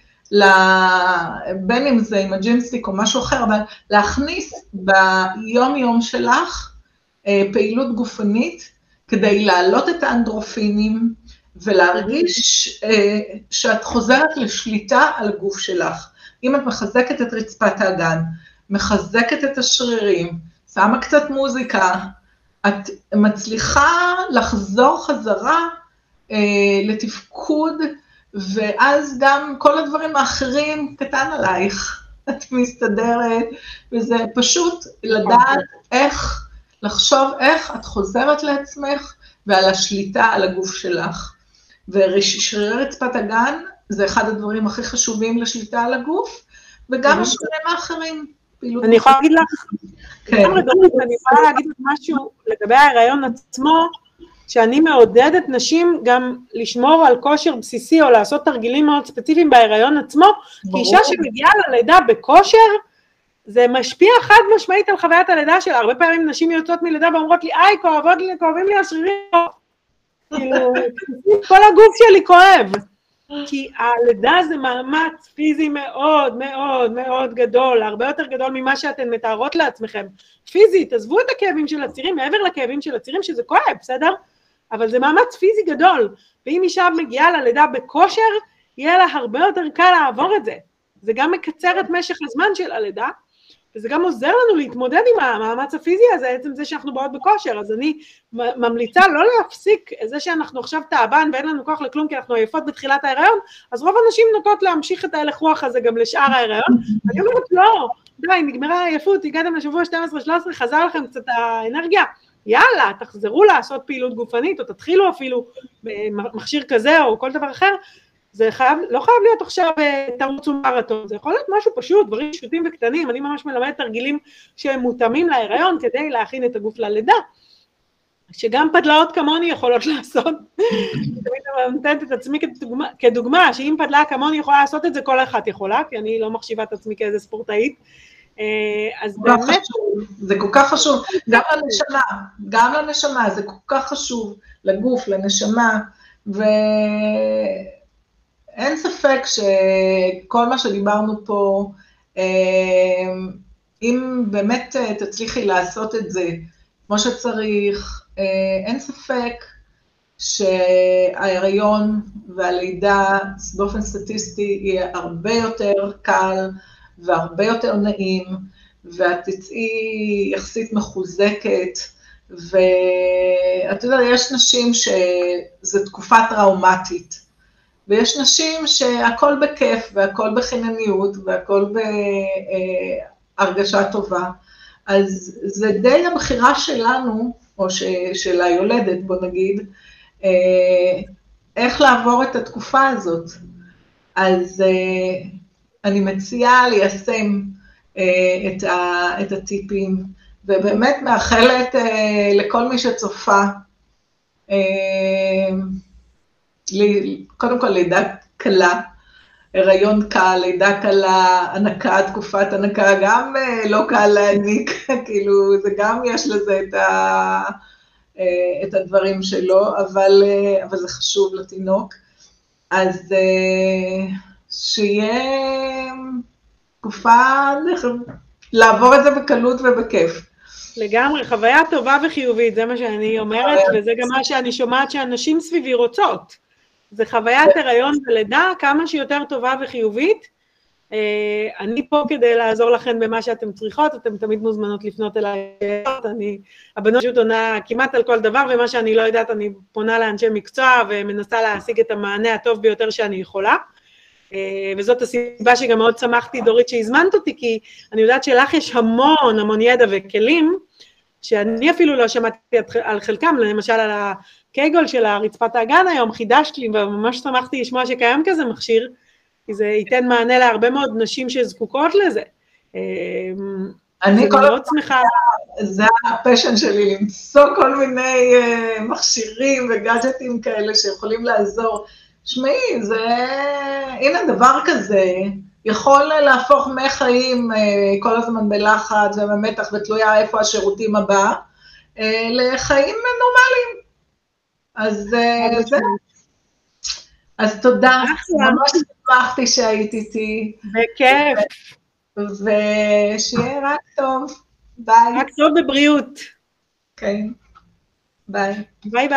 בין אם זה עם הג'ימסטיק או משהו אחר, אבל להכניס ביום יום שלך פעילות גופנית, כדי להעלות את האנדרופינים, ולהרגיש שאת חוזרת לשליטה על הגוף שלך. אם את מחזקת את רצפת האגן, מחזקת את השרירים, שמה קצת מוזיקה, את מצליחה לחזור חזרה לתפקוד, ואז גם כל הדברים האחרים קטן עלייך, את מסתדרת, וזה פשוט לדעת איך, לחשוב איך את חוזרת לעצמך, ועל השליטה על הגוף שלך. ושרירי רצפת אגן, זה אחד הדברים הכי חשובים לשליטה על הגוף, וגם השרירים האחרים.
אני יכולה להגיד לך, אני יכולה להגיד לך משהו לגבי ההיריון עצמו, שאני מעודדת נשים גם לשמור על כושר בסיסי, או לעשות תרגילים מאוד ספציפיים בהיריון עצמו, כי אישה שמגיעה ללידה בכושר, זה משפיע חד משמעית על חוויית הלידה שלה. הרבה פעמים נשים יוצאות מלידה ואומרות לי, איי, כואבים לי השרירים, כאילו, כל הגוף שלי כואב, כי הלידה זה מאמץ פיזי מאוד מאוד מאוד גדול, הרבה יותר גדול ממה שאתן מתארות לעצמכם. פיזית, עזבו את הכאבים של הצירים, מעבר לכאבים של הצירים שזה כואב, בסדר? אבל זה מאמץ פיזי גדול, ואם אישה מגיעה ללידה בכושר, יהיה לה הרבה יותר קל לעבור את זה. זה גם מקצר את משך הזמן של הלידה, וזה גם עוזר לנו להתמודד עם המאמץ הפיזי הזה, עצם זה שאנחנו באות בכושר. אז אני ממליצה לא להפסיק זה שאנחנו עכשיו תאבן ואין לנו כוח לכלום, כי אנחנו עייפות בתחילת ההיריון, אז רוב הנשים נוטות להמשיך את ההלך רוח הזה גם לשאר ההיריון, אני אומרת לא, די, נגמרה העייפות, הגעתם לשבוע שתים עשרה שלוש עשרה, חזר לכם קצת האנרגיה, יאללה, תחזרו לעשות פעילות גופנית, או תתחילו אפילו מכשיר כזה או כל דבר אחר, זה חייב, לא חייב להיות עכשיו תרוצו מרתון, זה יכול להיות משהו פשוט, דברים פשוטים וקטנים, אני ממש מלמדת תרגילים שהם מותאמים להיריון, כדי להכין את הגוף ללידה, שגם פדלאות כמוני יכולות לעשות, תמיד אני נותנת את עצמי כדוגמה, כדוגמה, שאם פדלה כמוני יכולה לעשות את זה, כל אחת יכולה, כי אני לא מחשיבה את עצמי כאיזה ספורטאית, אז באמת...
זה כל כך חשוב, גם לנשמה, גם לנשמה, זה כל כך חשוב, לגוף, לנשמה, ו... אין ספק שכל מה שדיברנו פה, אם באמת תצליחי לעשות את זה כמו שצריך, אין ספק שההיריון והלידה באופן סטטיסטי יהיה הרבה יותר קל והרבה יותר נעים, ואת תצאי יחסית מחוזקת, ואת יודעת, יש נשים שזו תקופה טראומטית, ויש נשים שהכל בכיף, והכל בחינניות, והכל בהרגשה טובה. אז זה די הבחירה שלנו, או של היולדת, בוא נגיד, איך לעבור את התקופה הזאת. אז אני מציעה ליישם את, ה, את הטיפים, ובאמת מאחלת לכל מי שצופה, קודם כל לידה קלה, הריון קל, לידה קלה, הנקה, תקופת הנקה, גם לא קל להעניק, כאילו זה גם יש לזה את, ה, את הדברים שלו, אבל, אבל זה חשוב לתינוק. אז שיהיה תקופה, לעבור את זה בקלות ובכיף.
לגמרי, חוויה טובה וחיובית, זה מה שאני אומרת, וזה גם מה שאני שומעת שאנשים סביבי רוצות. זה חוויית הריון ולידה, כמה שיותר טובה וחיובית, אני פה כדי לעזור לכם במה שאתם צריכות, אתם תמיד מוזמנות לפנות אליי, אני, הבנות פשוט עונה כמעט על כל דבר, ומה שאני לא יודעת אני פונה לאנשי מקצוע, ומנסה להשיג את המענה הטוב ביותר שאני יכולה, וזאת הסיבה שגם מאוד שמחתי, דורית, שהזמנת אותי, כי אני יודעת שלך יש המון המון ידע וכלים, שאני אפילו לא שמעתי על חלקם, למשל על הקייגול של הרצפת האגן היום, חידשת לי, וממש שמחתי לשמוע שקיים כזה מכשיר, כי זה ייתן מענה להרבה מאוד נשים שזקוקות לזה.
אני כל הזמן, זה הפשן שלי, למצוא כל מיני מכשירים וגאדג'טים כאלה שיכולים לעזור. שמעי, זה, הנה דבר כזה, יכול להפוך מחיים כל הזמן בלחץ ובמתח ותלויה איפה השירותים הבא, לחיים נורמליים. אז זה... אז תודה, ממש שמחתי שהיית איתי.
בכיף.
ושיהיה רק טוב. ביי.
רק טוב בבריאות.
כן. ביי.
ביי ביי.